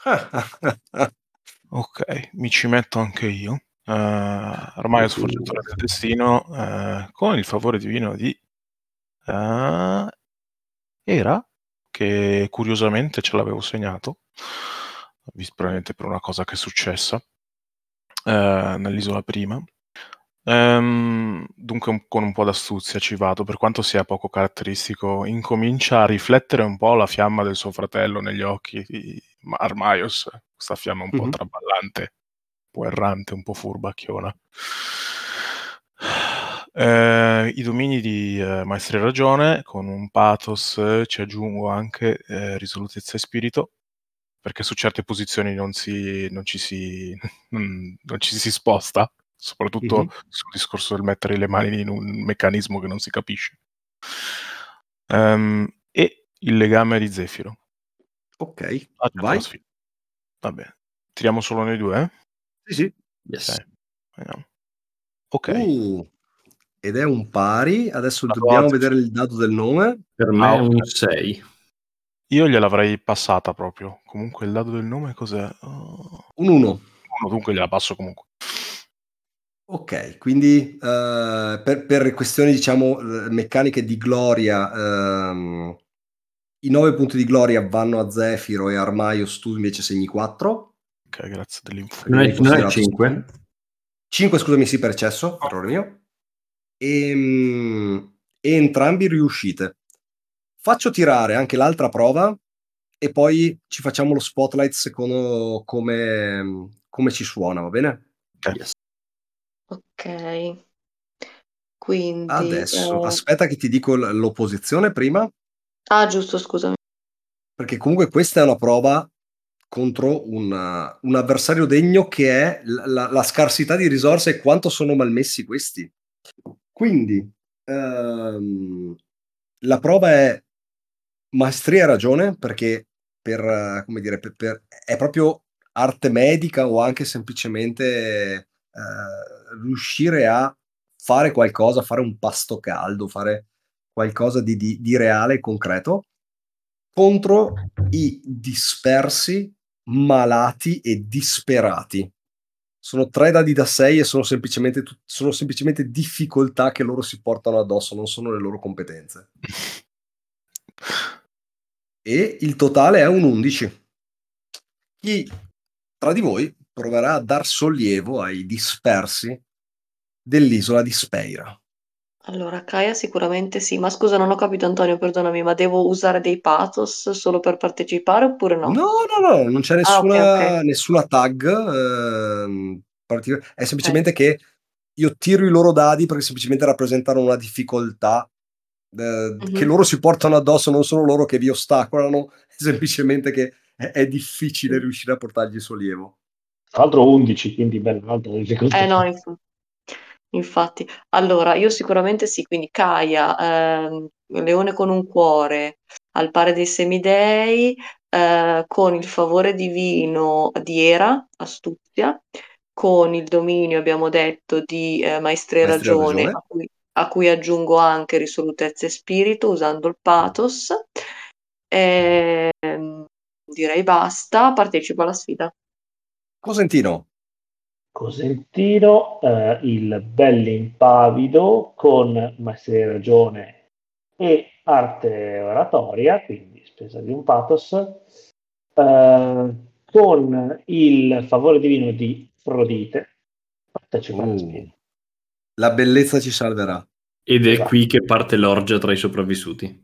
Speaker 2: Ok, mi ci metto anche io. Ormai sforgiatore del destino, con il favore divino di Era, che curiosamente ce l'avevo segnato, probabilmente per una cosa che è successa nell'isola prima. Dunque con un po' d'astuzia ci vado, per quanto sia poco caratteristico, incomincia a riflettere un po' la fiamma del suo fratello negli occhi di Armaios, questa fiamma un po'
Speaker 1: Mhm.
Speaker 2: traballante, un po' errante, un po' furbacchiona. I domini di maestria e ragione, con un pathos ci aggiungo anche risolutezza e spirito, perché su certe posizioni non ci si sposta, soprattutto
Speaker 1: Mhm.
Speaker 2: sul discorso del mettere le mani in un meccanismo che non si capisce. E il legame di Zefiro.
Speaker 1: Ok,
Speaker 2: Accetto la
Speaker 1: vai.
Speaker 2: sfida. Va bene. Tiriamo solo noi due,
Speaker 1: Sì, sì.
Speaker 3: Yes.
Speaker 2: Ok. Vediamo. Ok.
Speaker 1: Ed è un pari. Adesso
Speaker 2: La
Speaker 1: dobbiamo
Speaker 2: tua
Speaker 1: vedere il dato del nome.
Speaker 3: Per me è
Speaker 2: ok.
Speaker 3: un 6.
Speaker 2: Io gliel'avrei passata proprio. Comunque il dado del nome cos'è?
Speaker 1: Un 1.
Speaker 2: Dunque gliela passo comunque.
Speaker 1: Ok, quindi per questioni, diciamo, meccaniche di gloria, i 9 punti di gloria vanno a Zefiro e Armaios, tu invece segni 4.
Speaker 2: Ok, grazie dell'info.
Speaker 3: Non è
Speaker 1: Considerato
Speaker 3: 5?
Speaker 1: 5, scusami, sì, per eccesso, errore mio. E entrambi riuscite. Faccio tirare anche l'altra prova e poi ci facciamo lo spotlight secondo come ci suona, va bene?
Speaker 2: Ok.
Speaker 3: Yes.
Speaker 5: Ok, quindi...
Speaker 1: Adesso, aspetta che ti dico l'opposizione prima,
Speaker 5: Ah, giusto, scusami.
Speaker 1: perché comunque questa è una prova contro un avversario degno, che è la scarsità di risorse e quanto sono malmessi questi. Quindi, la prova è maestria e ragione, perché come dire, è proprio arte medica, o anche semplicemente riuscire a fare qualcosa, fare un pasto caldo, fare qualcosa di reale e concreto contro i dispersi, malati e disperati. Sono 3 dadi da 6 e sono semplicemente difficoltà che loro si portano addosso, non sono le loro competenze. E il totale è un 11. Chi tra di voi proverà a dar sollievo ai dispersi dell'isola di Speira?
Speaker 5: Allora, Kaya sicuramente sì, ma scusa, non ho capito Antonio, perdonami, ma devo usare dei pathos solo per partecipare oppure no?
Speaker 1: No, no, non c'è
Speaker 5: Ah, ok, ok.
Speaker 1: nessuna tag. È
Speaker 5: Ok.
Speaker 1: semplicemente che io tiro i loro dadi perché semplicemente rappresentano una difficoltà che
Speaker 5: Mhm.
Speaker 1: loro si portano addosso, non sono loro che vi ostacolano, è semplicemente che è difficile riuscire a portargli sollievo.
Speaker 4: Tra l'altro 11, quindi bella alta la difficoltà.
Speaker 5: No, Infatti, allora io sicuramente sì, quindi Kaia, leone con un cuore, al pari dei semidei, con il favore divino di Era, astuzia, con il dominio, abbiamo detto, di maestria e
Speaker 1: Maestria e
Speaker 5: ragione,
Speaker 1: ragione.
Speaker 5: a cui aggiungo anche risolutezza e spirito, usando il pathos. Direi basta, partecipo alla sfida.
Speaker 1: Cosentino.
Speaker 4: Cosentino, il bell'impavido con maestria di ragione e arte oratoria, quindi spesa di un pathos, con il favore divino di Afrodite, partecipa alla sfida.
Speaker 1: La bellezza ci salverà.
Speaker 3: Ed è
Speaker 4: Esatto.
Speaker 3: qui che parte l'orgia tra i sopravvissuti.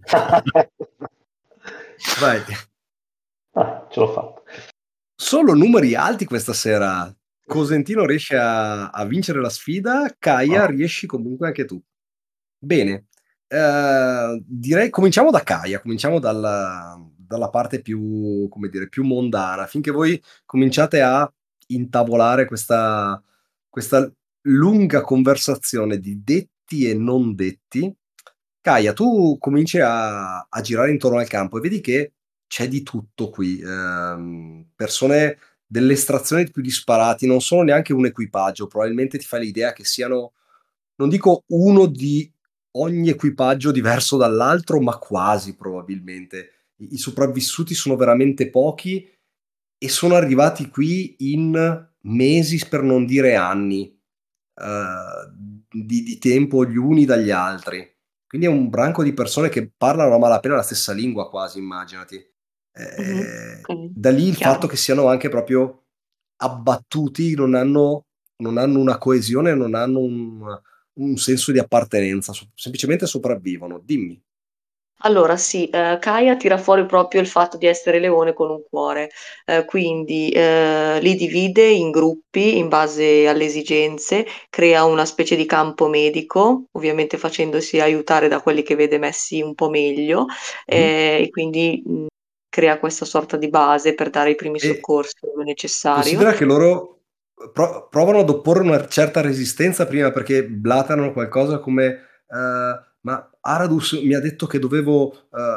Speaker 1: Vai.
Speaker 4: Ce l'ho fatta.
Speaker 1: Solo numeri alti questa sera. Cosentino riesce a vincere la sfida, Kaia riesci comunque anche tu. Bene, direi cominciamo da Kaia, cominciamo dalla parte più, come dire, più mondana, finché voi cominciate a intavolare questa lunga conversazione di detti e non detti. Kaia, tu cominci a girare intorno al campo e vedi che c'è di tutto qui. Persone delle estrazioni più disparati, non sono neanche un equipaggio, probabilmente ti fai l'idea che siano, non dico uno di ogni equipaggio diverso dall'altro, ma quasi probabilmente. I sopravvissuti sono veramente pochi e sono arrivati qui in mesi, per non dire anni, di tempo gli uni dagli altri. Quindi è un branco di persone che parlano a malapena la stessa lingua, quasi, immaginati.
Speaker 5: Ok,
Speaker 1: Da lì il fatto
Speaker 5: chiaro.
Speaker 1: che siano anche proprio abbattuti, non hanno una coesione, non hanno un senso di appartenenza, semplicemente sopravvivono. Dimmi.
Speaker 5: Allora sì, Kaia tira fuori proprio il fatto di essere leone con un cuore, quindi li divide in gruppi in base alle esigenze, crea una specie di campo medico, ovviamente facendosi aiutare da quelli che vede messi un po' meglio,
Speaker 1: Mhm.
Speaker 5: e quindi crea questa sorta di base per dare i primi
Speaker 1: E
Speaker 5: soccorsi dove necessario.
Speaker 1: considera che loro provano ad opporre una certa resistenza prima perché blatanano qualcosa come ma Aradus mi ha detto che dovevo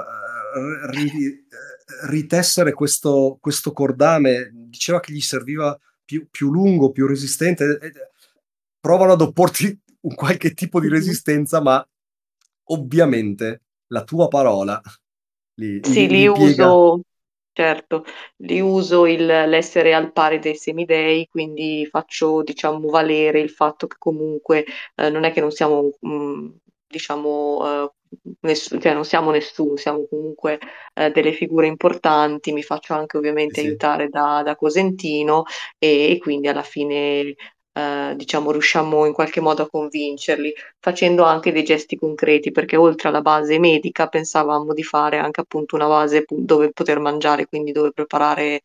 Speaker 1: ritessere questo cordame, diceva che gli serviva più lungo, più resistente. Provano ad opporti un qualche tipo di
Speaker 5: Mhm.
Speaker 1: resistenza, ma ovviamente la tua parola
Speaker 5: Sì, li
Speaker 1: li piega.
Speaker 5: uso, certo, li uso l'essere al pari dei semidei, quindi faccio, diciamo, valere il fatto che comunque non è che non siamo, diciamo, cioè non siamo nessuno, siamo comunque delle figure importanti, mi faccio anche
Speaker 1: Sì,
Speaker 5: ovviamente
Speaker 1: sì.
Speaker 5: aiutare da Cosentino e quindi alla fine, diciamo, riusciamo in qualche modo a convincerli facendo anche dei gesti concreti, perché oltre alla base medica pensavamo di fare anche appunto una base dove poter mangiare, quindi dove preparare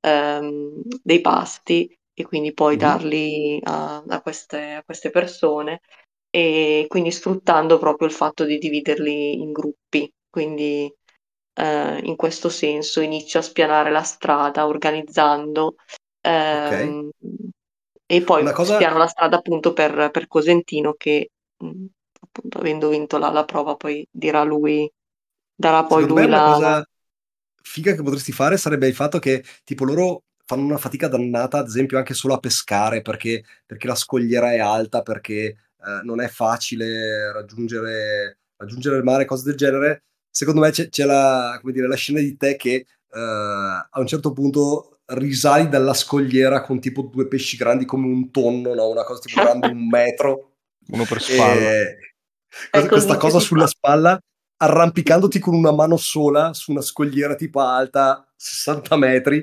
Speaker 5: dei pasti e quindi poi
Speaker 1: Mhm.
Speaker 5: darli a queste persone e quindi sfruttando proprio il fatto di dividerli in gruppi. Quindi in questo senso inizio a spianare la strada organizzando
Speaker 1: Ok.
Speaker 5: ehm, e poi
Speaker 1: Una cosa,
Speaker 5: spiano la strada appunto per Cosentino che appunto avendo vinto la prova poi darà poi
Speaker 1: secondo me,
Speaker 5: lui
Speaker 1: una
Speaker 5: la...
Speaker 1: cosa figa che potresti fare sarebbe il fatto che tipo loro fanno una fatica dannata, ad esempio, anche solo a pescare perché la scogliera è alta, perché non è facile raggiungere il mare, cose del genere. Secondo me c'è la, come dire, la scena di te che a un certo punto risali dalla scogliera con tipo due pesci grandi come un tonno, no? Una cosa tipo grande un metro.
Speaker 2: Uno per spalla.
Speaker 1: E
Speaker 5: È
Speaker 1: questa
Speaker 5: così che
Speaker 1: cosa
Speaker 5: si
Speaker 1: sulla
Speaker 5: fa.
Speaker 1: spalla, arrampicandoti con una mano sola su una scogliera tipo alta 60 metri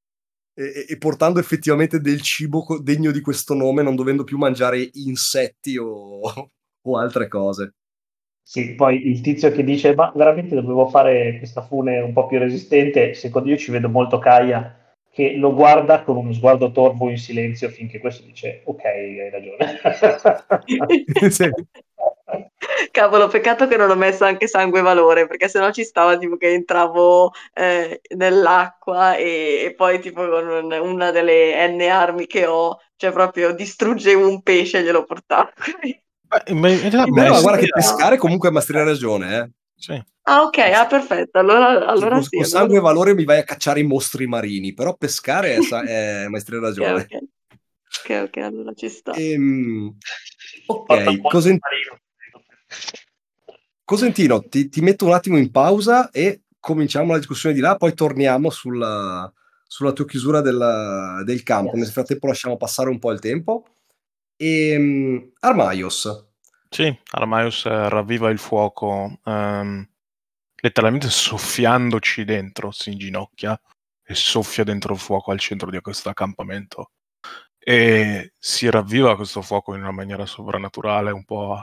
Speaker 1: e portando effettivamente del cibo degno di questo nome, non dovendo più mangiare insetti o altre cose.
Speaker 4: Sì, poi il tizio che dice, ma veramente dovevo fare questa fune un po' più resistente, secondo io ci vedo molto Kaia che lo guarda con uno sguardo torvo in silenzio finché questo dice, ok, hai ragione.
Speaker 1: Sì.
Speaker 5: Cavolo, peccato che non ho messo anche sangue e valore, perché sennò ci stava tipo che entravo nell'acqua e poi tipo con una delle N armi che ho, cioè proprio distruggevo un pesce e glielo portavo.
Speaker 2: In realtà
Speaker 5: Quindi
Speaker 1: Ma guarda che
Speaker 2: maestria...
Speaker 1: pescare comunque è maestria e ragione, eh.
Speaker 2: Sì.
Speaker 5: Ah, ok, ah, perfetto. Allora sì,
Speaker 1: Con
Speaker 5: allora...
Speaker 1: sangue e valore mi vai a cacciare i mostri marini, però pescare è maestria e
Speaker 5: Ok,
Speaker 1: ragione.
Speaker 5: ok. Ok, ok, allora ci sta.
Speaker 4: Porta un
Speaker 1: Ok,
Speaker 4: po' di marino.
Speaker 1: Cosentino, ti metto un attimo in pausa e cominciamo la discussione di là, poi torniamo sulla tua chiusura del campo. Nel
Speaker 4: Yes.
Speaker 1: frattempo lasciamo passare un po' il tempo. Armaios.
Speaker 2: Sì, Armaius ravviva il fuoco, letteralmente soffiandoci dentro, si inginocchia e soffia dentro il fuoco al centro di questo accampamento. E si ravviva questo fuoco in una maniera sovrannaturale, un po'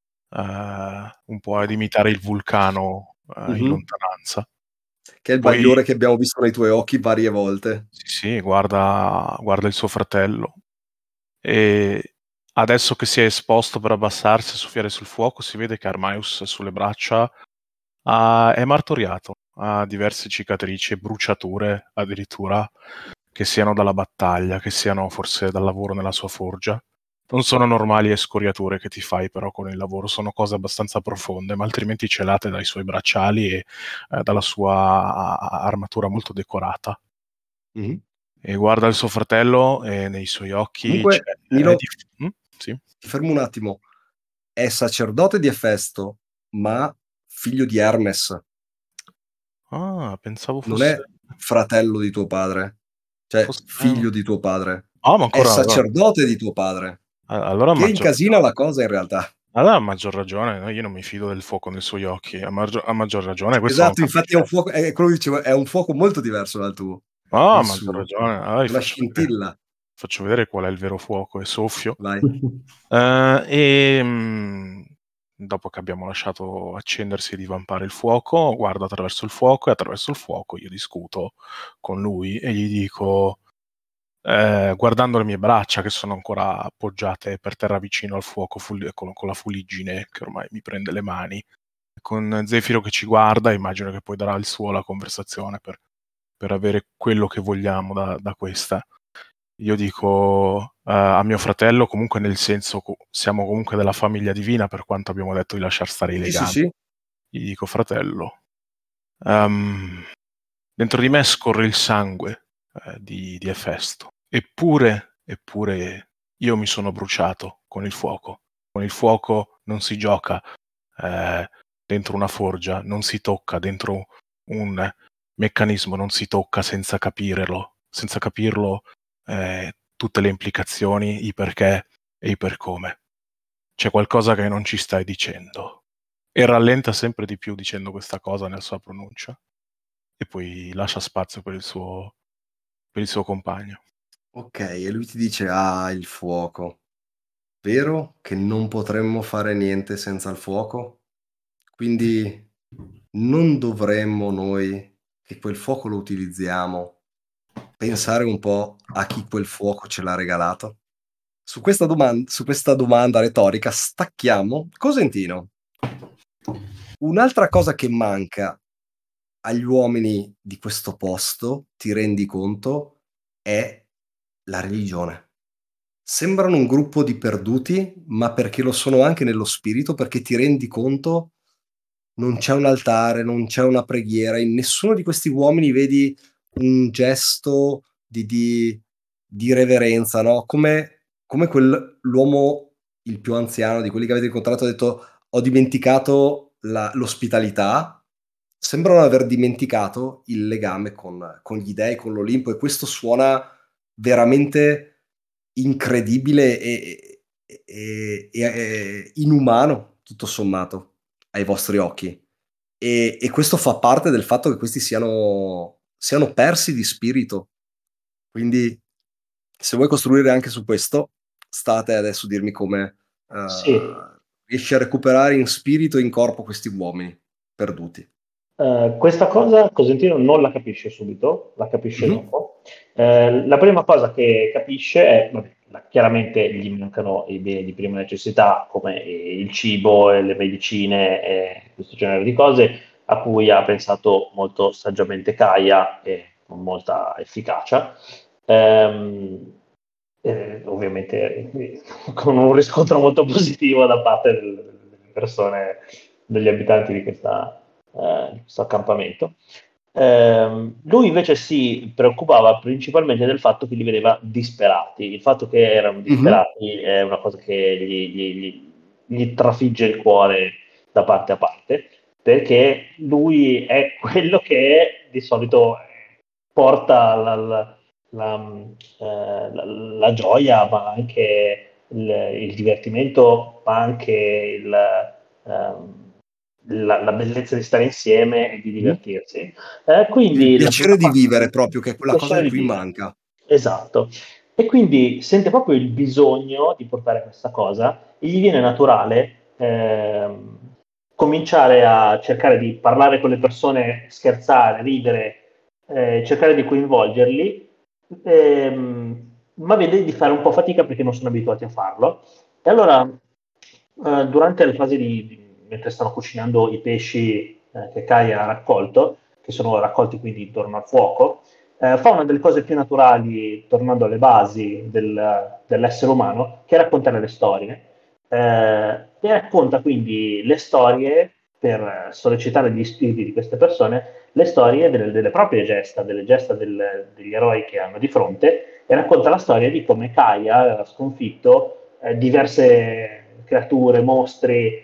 Speaker 2: ad imitare il vulcano in lontananza.
Speaker 1: Che è il
Speaker 2: Poi,
Speaker 1: bagliore che abbiamo visto nei tuoi occhi varie volte.
Speaker 2: sì, guarda il suo fratello. E adesso che si è esposto per abbassarsi e soffiare sul fuoco, si vede che Armaius sulle braccia è martoriato, ha diverse cicatrici e bruciature addirittura, che siano dalla battaglia, che siano forse dal lavoro nella sua forgia. Non sono normali escoriature che ti fai però con il lavoro, sono cose abbastanza profonde, ma altrimenti celate dai suoi bracciali e dalla sua armatura molto decorata.
Speaker 1: Mhm.
Speaker 2: E guarda il suo fratello e nei suoi occhi c'è...
Speaker 1: Comunque, Nilo,
Speaker 2: Sì.
Speaker 1: ti fermo un attimo. È sacerdote di Efesto, ma figlio di Hermes.
Speaker 2: Ah, pensavo
Speaker 1: Non è
Speaker 2: fosse...
Speaker 1: fratello di tuo padre, cioè
Speaker 2: fosse...
Speaker 1: figlio di tuo padre.
Speaker 2: Ah, ma
Speaker 1: È
Speaker 2: ancora...
Speaker 1: sacerdote di tuo padre,
Speaker 2: Allora ha
Speaker 1: che
Speaker 2: maggior
Speaker 1: incasina
Speaker 2: ragione.
Speaker 1: la cosa in realtà.
Speaker 2: Allora ha maggior ragione, no? Io non mi fido del fuoco nei suoi occhi, ha maggior ragione, questo non
Speaker 1: Esatto, infatti è un
Speaker 2: capisce.
Speaker 1: fuoco, è quello che dicevo, è un fuoco molto diverso dal tuo,
Speaker 2: Ah, ha
Speaker 1: il
Speaker 2: maggior
Speaker 1: suo.
Speaker 2: ragione, allora gli
Speaker 1: Una scintilla,
Speaker 2: faccio vedere qual è il vero fuoco, è soffio.
Speaker 1: vai.
Speaker 2: E dopo che abbiamo lasciato accendersi e divampare il fuoco, guardo attraverso il fuoco e attraverso il fuoco io discuto con lui e gli dico, guardando le mie braccia che sono ancora appoggiate per terra vicino al fuoco con la fuliggine che ormai mi prende le mani, con Zefiro che ci guarda, immagino che poi darà il suo alla conversazione per avere quello che vogliamo da questa. Io dico a mio fratello, comunque nel senso, siamo comunque della famiglia divina, per quanto abbiamo detto di lasciar stare i
Speaker 1: Sì, sì,
Speaker 2: legami.
Speaker 1: sì.
Speaker 2: Gli dico, fratello, dentro di me scorre il sangue di Efesto. Eppure io mi sono bruciato con il fuoco. Con il fuoco non si gioca dentro una forgia, non si tocca dentro un meccanismo, non si tocca senza capirlo, tutte le implicazioni, i perché e i per come. C'è qualcosa che non ci stai dicendo. E rallenta sempre di più dicendo questa cosa nella sua pronuncia. E poi lascia spazio per il suo compagno.
Speaker 1: Ok, e lui ti dice, ah, il fuoco. Vero che non potremmo fare niente senza il fuoco? Quindi non dovremmo noi, che quel fuoco lo utilizziamo, pensare un po' a chi quel fuoco ce l'ha regalato? Su questa domanda retorica stacchiamo. Cosentino, un'altra cosa che manca agli uomini di questo posto, ti rendi conto, è la religione. Sembrano un gruppo di perduti, ma perché lo sono anche nello spirito, perché ti rendi conto non c'è un altare, non c'è una preghiera, in nessuno di questi uomini vedi un gesto di reverenza, no? Come l'uomo, il più anziano di quelli che avete incontrato, ha detto ho dimenticato l'ospitalità, sembrano aver dimenticato il legame con gli dei, con l'Olimpo, e questo suona veramente incredibile e inumano, tutto sommato, ai vostri occhi. E questo fa parte del fatto che questi siano persi di spirito. Quindi, se vuoi costruire anche su questo, state adesso a dirmi come
Speaker 4: Sì,
Speaker 1: riesci a recuperare in spirito e in corpo questi uomini perduti.
Speaker 4: questa cosa Cosentino non la capisce subito, la capisce
Speaker 1: Mhm.
Speaker 4: dopo. La prima cosa che capisce è, vabbè, chiaramente gli mancano i beni di prima necessità come il cibo e le medicine e questo genere di cose, a cui ha pensato molto saggiamente Kaia e con molta efficacia. Ovviamente con un riscontro molto positivo da parte delle persone, degli abitanti di questo accampamento. Lui invece si preoccupava principalmente del fatto che li vedeva disperati. Il fatto che erano disperati è una cosa che gli trafigge il cuore da parte a parte, perché lui è quello che di solito porta la gioia, ma anche il divertimento, ma anche la bellezza di stare insieme e di divertirsi.
Speaker 1: Il
Speaker 4: Quindi la
Speaker 1: piacere
Speaker 4: prima
Speaker 1: di
Speaker 4: parte,
Speaker 1: vivere proprio, che è
Speaker 4: il
Speaker 1: quella cosa
Speaker 4: piacere
Speaker 1: che
Speaker 4: di
Speaker 1: più mi
Speaker 4: vivere.
Speaker 1: manca.
Speaker 4: Esatto. E quindi sente proprio il bisogno di portare questa cosa e gli viene naturale cominciare a cercare di parlare con le persone, scherzare, ridere, cercare di coinvolgerli, ma vede di fare un po' fatica perché non sono abituati a farlo. E allora, durante la fase mentre stanno cucinando i pesci che Kai ha raccolto, che sono raccolti quindi intorno al fuoco, fa una delle cose più naturali, tornando alle basi dell'essere umano, che è raccontare le storie. E racconta quindi le storie per sollecitare gli spiriti di queste persone, le storie delle proprie gesta, delle gesta degli eroi che hanno di fronte, e racconta la storia di come Kaia ha sconfitto diverse creature, mostri,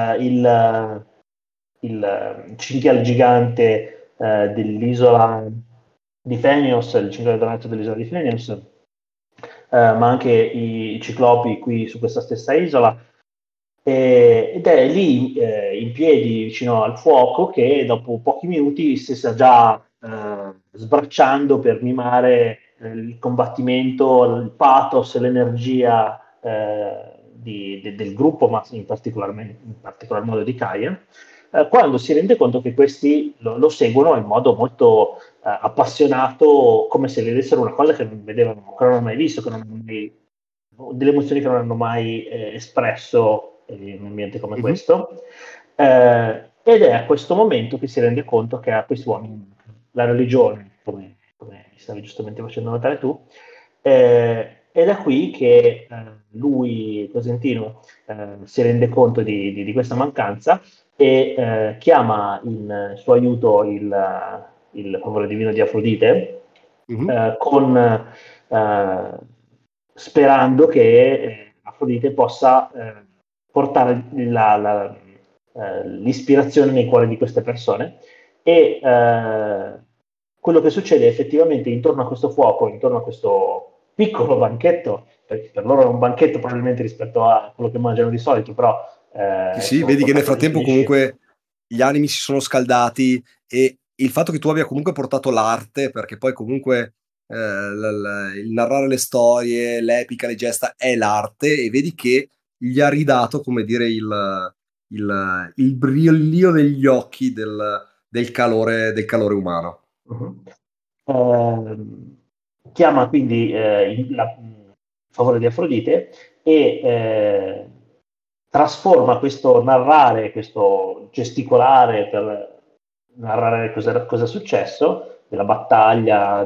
Speaker 4: il cinghiale gigante dell'isola di Fenios, il cinghiale dorato dell'isola di Fenios, ma anche i ciclopi qui su questa stessa isola. Ed è lì in piedi vicino al fuoco che dopo pochi minuti si sta già sbracciando per mimare il combattimento, il pathos, l'energia del gruppo, ma in particolar modo di Kaia, quando si rende conto che questi lo seguono in modo molto appassionato, come se vedessero una cosa che non vedevano, che non hanno mai visto, che non hanno mai, delle emozioni che non hanno mai espresso in un ambiente come questo. Ed è a questo momento che si rende conto che a questi uomini la religione, come mi stavi giustamente facendo notare tu, è da qui che lui, Cosentino, si rende conto di questa mancanza e chiama in suo aiuto il favore divino di Afrodite, sperando che Afrodite possa portare l'ispirazione nei cuori di queste persone. E quello che succede effettivamente intorno a questo fuoco, intorno a questo piccolo banchetto, perché per loro è un banchetto probabilmente rispetto a quello che mangiano di solito, però
Speaker 1: sì, vedi che nel frattempo comunque gli animi si sono scaldati, e il fatto che tu abbia comunque portato l'arte, perché poi comunque il narrare le storie, l'epica, le gesta è l'arte, e vedi che gli ha ridato, come dire, il brillio degli occhi del calore umano.
Speaker 4: Chiama quindi il favore di Afrodite e trasforma questo narrare, questo gesticolare per narrare cosa è successo, della battaglia,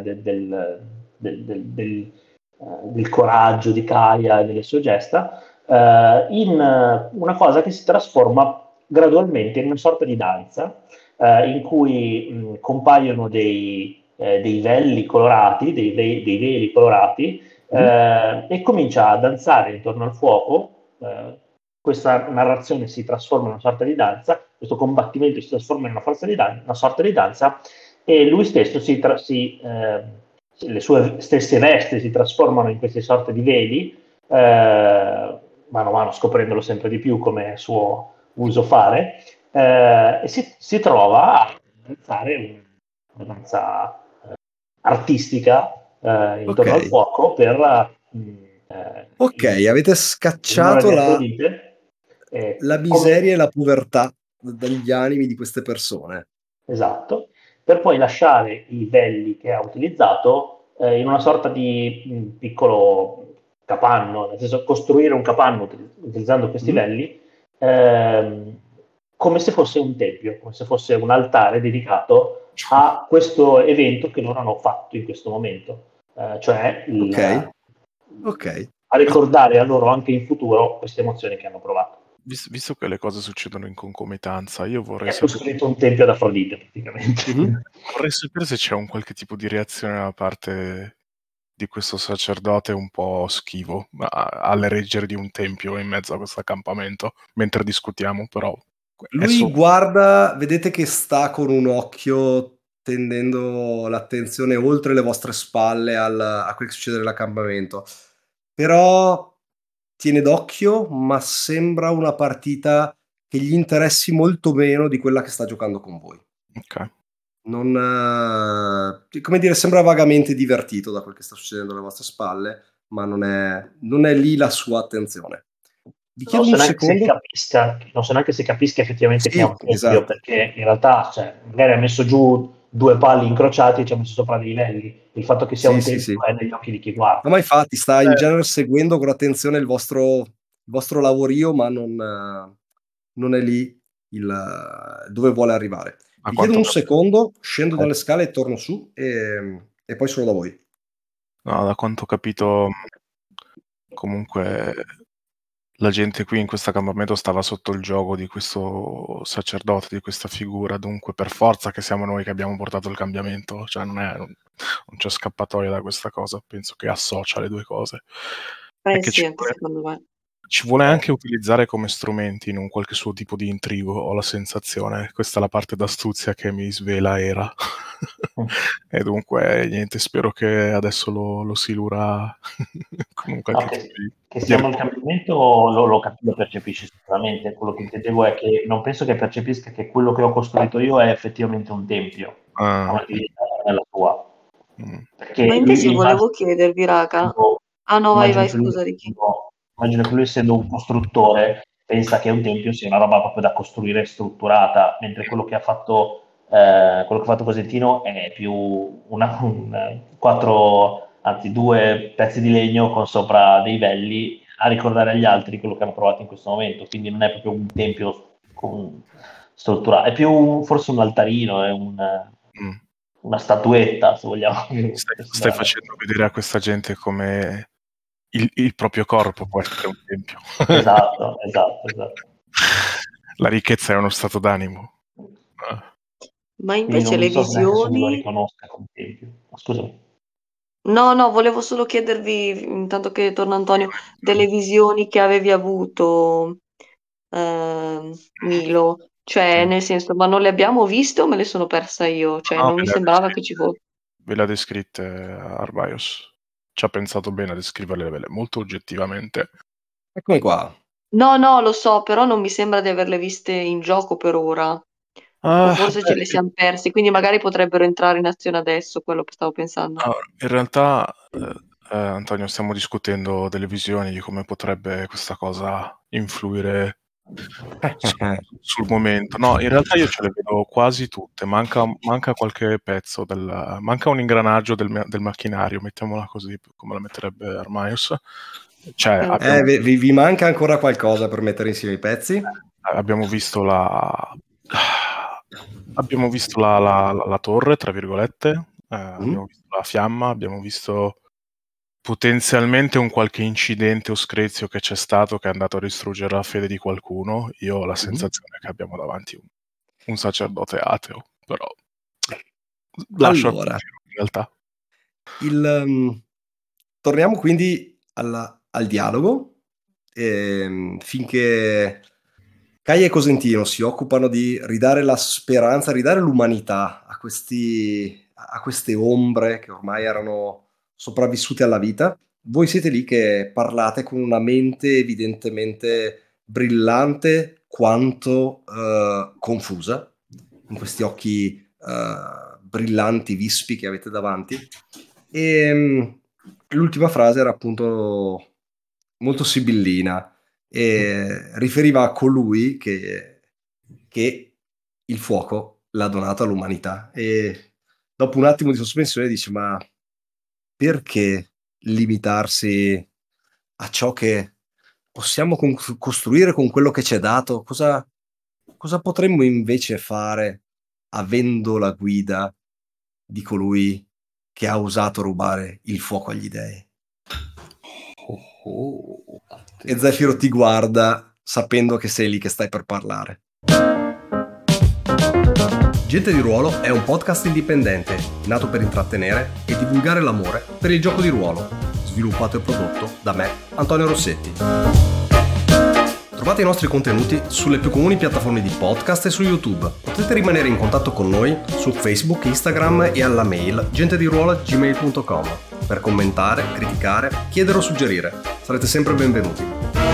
Speaker 4: del coraggio di Kaia e delle sue gesta, in una cosa che si trasforma gradualmente in una sorta di danza, in cui compaiono dei velli colorati, dei veli colorati, e comincia a danzare intorno al fuoco. Questa narrazione si trasforma in una sorta di danza, questo combattimento si trasforma in una sorta di danza, e lui stesso le sue stesse vesti si trasformano in queste sorte di veli, mano a mano scoprendolo sempre di più come è suo uso fare, e si trova a danzare una danza artistica intorno al fuoco per
Speaker 1: avete scacciato la miseria e la povertà dagli animi di queste persone.
Speaker 4: Esatto, per poi lasciare i velli che ha utilizzato in una sorta di piccolo capanno, nel senso costruire un capanno utilizzando questi livelli, come se fosse un tempio, come se fosse un altare dedicato a questo evento che loro hanno fatto in questo momento, cioè
Speaker 1: Ok.
Speaker 4: a ricordare a loro anche in futuro queste emozioni che hanno provato.
Speaker 2: Visto che le cose succedono in concomitanza, io vorrei
Speaker 4: È
Speaker 2: sapere,
Speaker 4: costruito un tempio ad Afrodite praticamente.
Speaker 2: vorrei sapere se c'è un qualche tipo di reazione da parte di questo sacerdote un po' schivo alle reggere di un tempio in mezzo a questo accampamento, mentre discutiamo, però.
Speaker 1: Lui guarda, vedete che sta con un occhio tendendo l'attenzione oltre le vostre spalle a quel che succede nell'accampamento. Però tiene d'occhio, ma sembra una partita che gli interessi molto meno di quella che sta giocando con voi.
Speaker 2: Ok.
Speaker 1: Non, come dire, sembra vagamente divertito da quel che sta succedendo alle vostre spalle, ma non è lì la sua attenzione. Vi chiedo un secondo.
Speaker 4: Non so neanche se capisca effettivamente che è
Speaker 1: Sì,
Speaker 4: un tempio,
Speaker 1: esatto.
Speaker 4: perché in realtà magari ha messo giù due pali incrociati e ci ha messo sopra dei livelli. Il fatto che sia un tempio è negli occhi di chi guarda.
Speaker 1: No, ma infatti sta in genere seguendo con attenzione il vostro lavorio, ma non è lì dove vuole arrivare. Vi chiedo un secondo, scendo dalle scale e torno su e poi sono da voi.
Speaker 2: No, da quanto ho capito, comunque la gente qui in questo accampamento stava sotto il gioco di questo sacerdote, di questa figura, dunque per forza che siamo noi che abbiamo portato il cambiamento, cioè non c'è scappatoia da questa cosa, penso che associa le due cose. Perché
Speaker 5: Sì, anche secondo me.
Speaker 2: ci vuole anche utilizzare come strumenti in un qualche suo tipo di intrigo, ho la sensazione. Questa è la parte d'astuzia che mi svela Era. E dunque, niente, spero che adesso lo silura con un qualche tipo di...
Speaker 4: Che siamo al cambiamento lo percepisci sicuramente. Quello che intendevo è che non penso che percepisca che quello che ho costruito io è effettivamente un tempio, ha una divinità nella sua. Perché
Speaker 5: Ma invece volevo chiedervi, raga. Ah no, vai, scusa Ricky.
Speaker 4: Immagino che lui, essendo un costruttore, pensa che un tempio sia una roba proprio da costruire strutturata, mentre quello che ha fatto Cosentino è più due pezzi di legno con sopra dei velli a ricordare agli altri quello che hanno provato in questo momento, quindi non è proprio un tempio strutturato, è più forse un altarino, è una statuetta, se vogliamo.
Speaker 2: Stai facendo vedere a questa gente come il proprio corpo può essere un tempio.
Speaker 4: Esatto.
Speaker 2: La ricchezza è uno stato d'animo.
Speaker 5: Ma invece le visioni...
Speaker 4: lo riconosca come tempio. Scusami.
Speaker 5: No, volevo solo chiedervi, intanto che torna Antonio, delle visioni che avevi avuto, Milo. Cioè, nel senso, ma non le abbiamo viste o me le sono persa io? Cioè, non mi sembrava che ci fosse.
Speaker 2: Ve l'ha descritte Arbaios. Ci ha pensato bene a descriverle molto oggettivamente.
Speaker 1: Eccomi qua.
Speaker 5: No, lo so, però non mi sembra di averle viste in gioco per ora. O forse ce le siamo persi, quindi magari potrebbero entrare in azione adesso, quello che stavo pensando.
Speaker 2: In realtà, Antonio, stiamo discutendo delle visioni di come potrebbe questa cosa influire sul momento. No, in realtà io ce le vedo quasi tutte, manca qualche pezzo, manca un ingranaggio del macchinario, mettiamola così, come la metterebbe Armaios. Cioè,
Speaker 1: vi manca ancora qualcosa per mettere insieme i pezzi?
Speaker 2: Abbiamo visto la torre, tra virgolette, abbiamo visto la fiamma, abbiamo visto potenzialmente un qualche incidente o screzio che c'è stato che è andato a distruggere la fede di qualcuno. Io ho la sensazione che abbiamo davanti un sacerdote ateo, però lascio
Speaker 1: allora,
Speaker 2: in realtà.
Speaker 1: Torniamo quindi al dialogo, finché Caia e Cosentino si occupano di ridare la speranza, ridare l'umanità a queste ombre che ormai erano sopravvissute alla vita. Voi siete lì che parlate con una mente evidentemente brillante quanto confusa, in questi occhi brillanti, vispi che avete davanti. E l'ultima frase era appunto molto sibillina e riferiva a colui che il fuoco l'ha donato all'umanità. E dopo un attimo di sospensione dice: ma perché limitarsi a ciò che possiamo costruire con quello che ci è dato, cosa potremmo invece fare avendo la guida di colui che ha osato rubare il fuoco agli dei? E Zefiro ti guarda sapendo che sei lì che stai per parlare. Gente di Ruolo è un podcast indipendente, nato per intrattenere e divulgare l'amore per il gioco di ruolo, sviluppato e prodotto da me, Antonio Rossetti. Trovate i nostri contenuti sulle più comuni piattaforme di podcast e su YouTube. Potete rimanere in contatto con noi su Facebook, Instagram e alla mail gentediruolo@gmail.com per commentare, criticare, chiedere o suggerire. Sarete sempre benvenuti.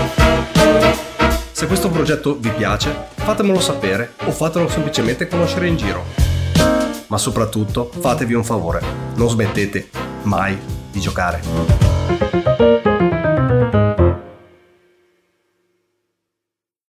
Speaker 1: Se questo progetto vi piace, fatemelo sapere o fatelo semplicemente conoscere in giro. Ma soprattutto fatevi un favore, non smettete mai di giocare.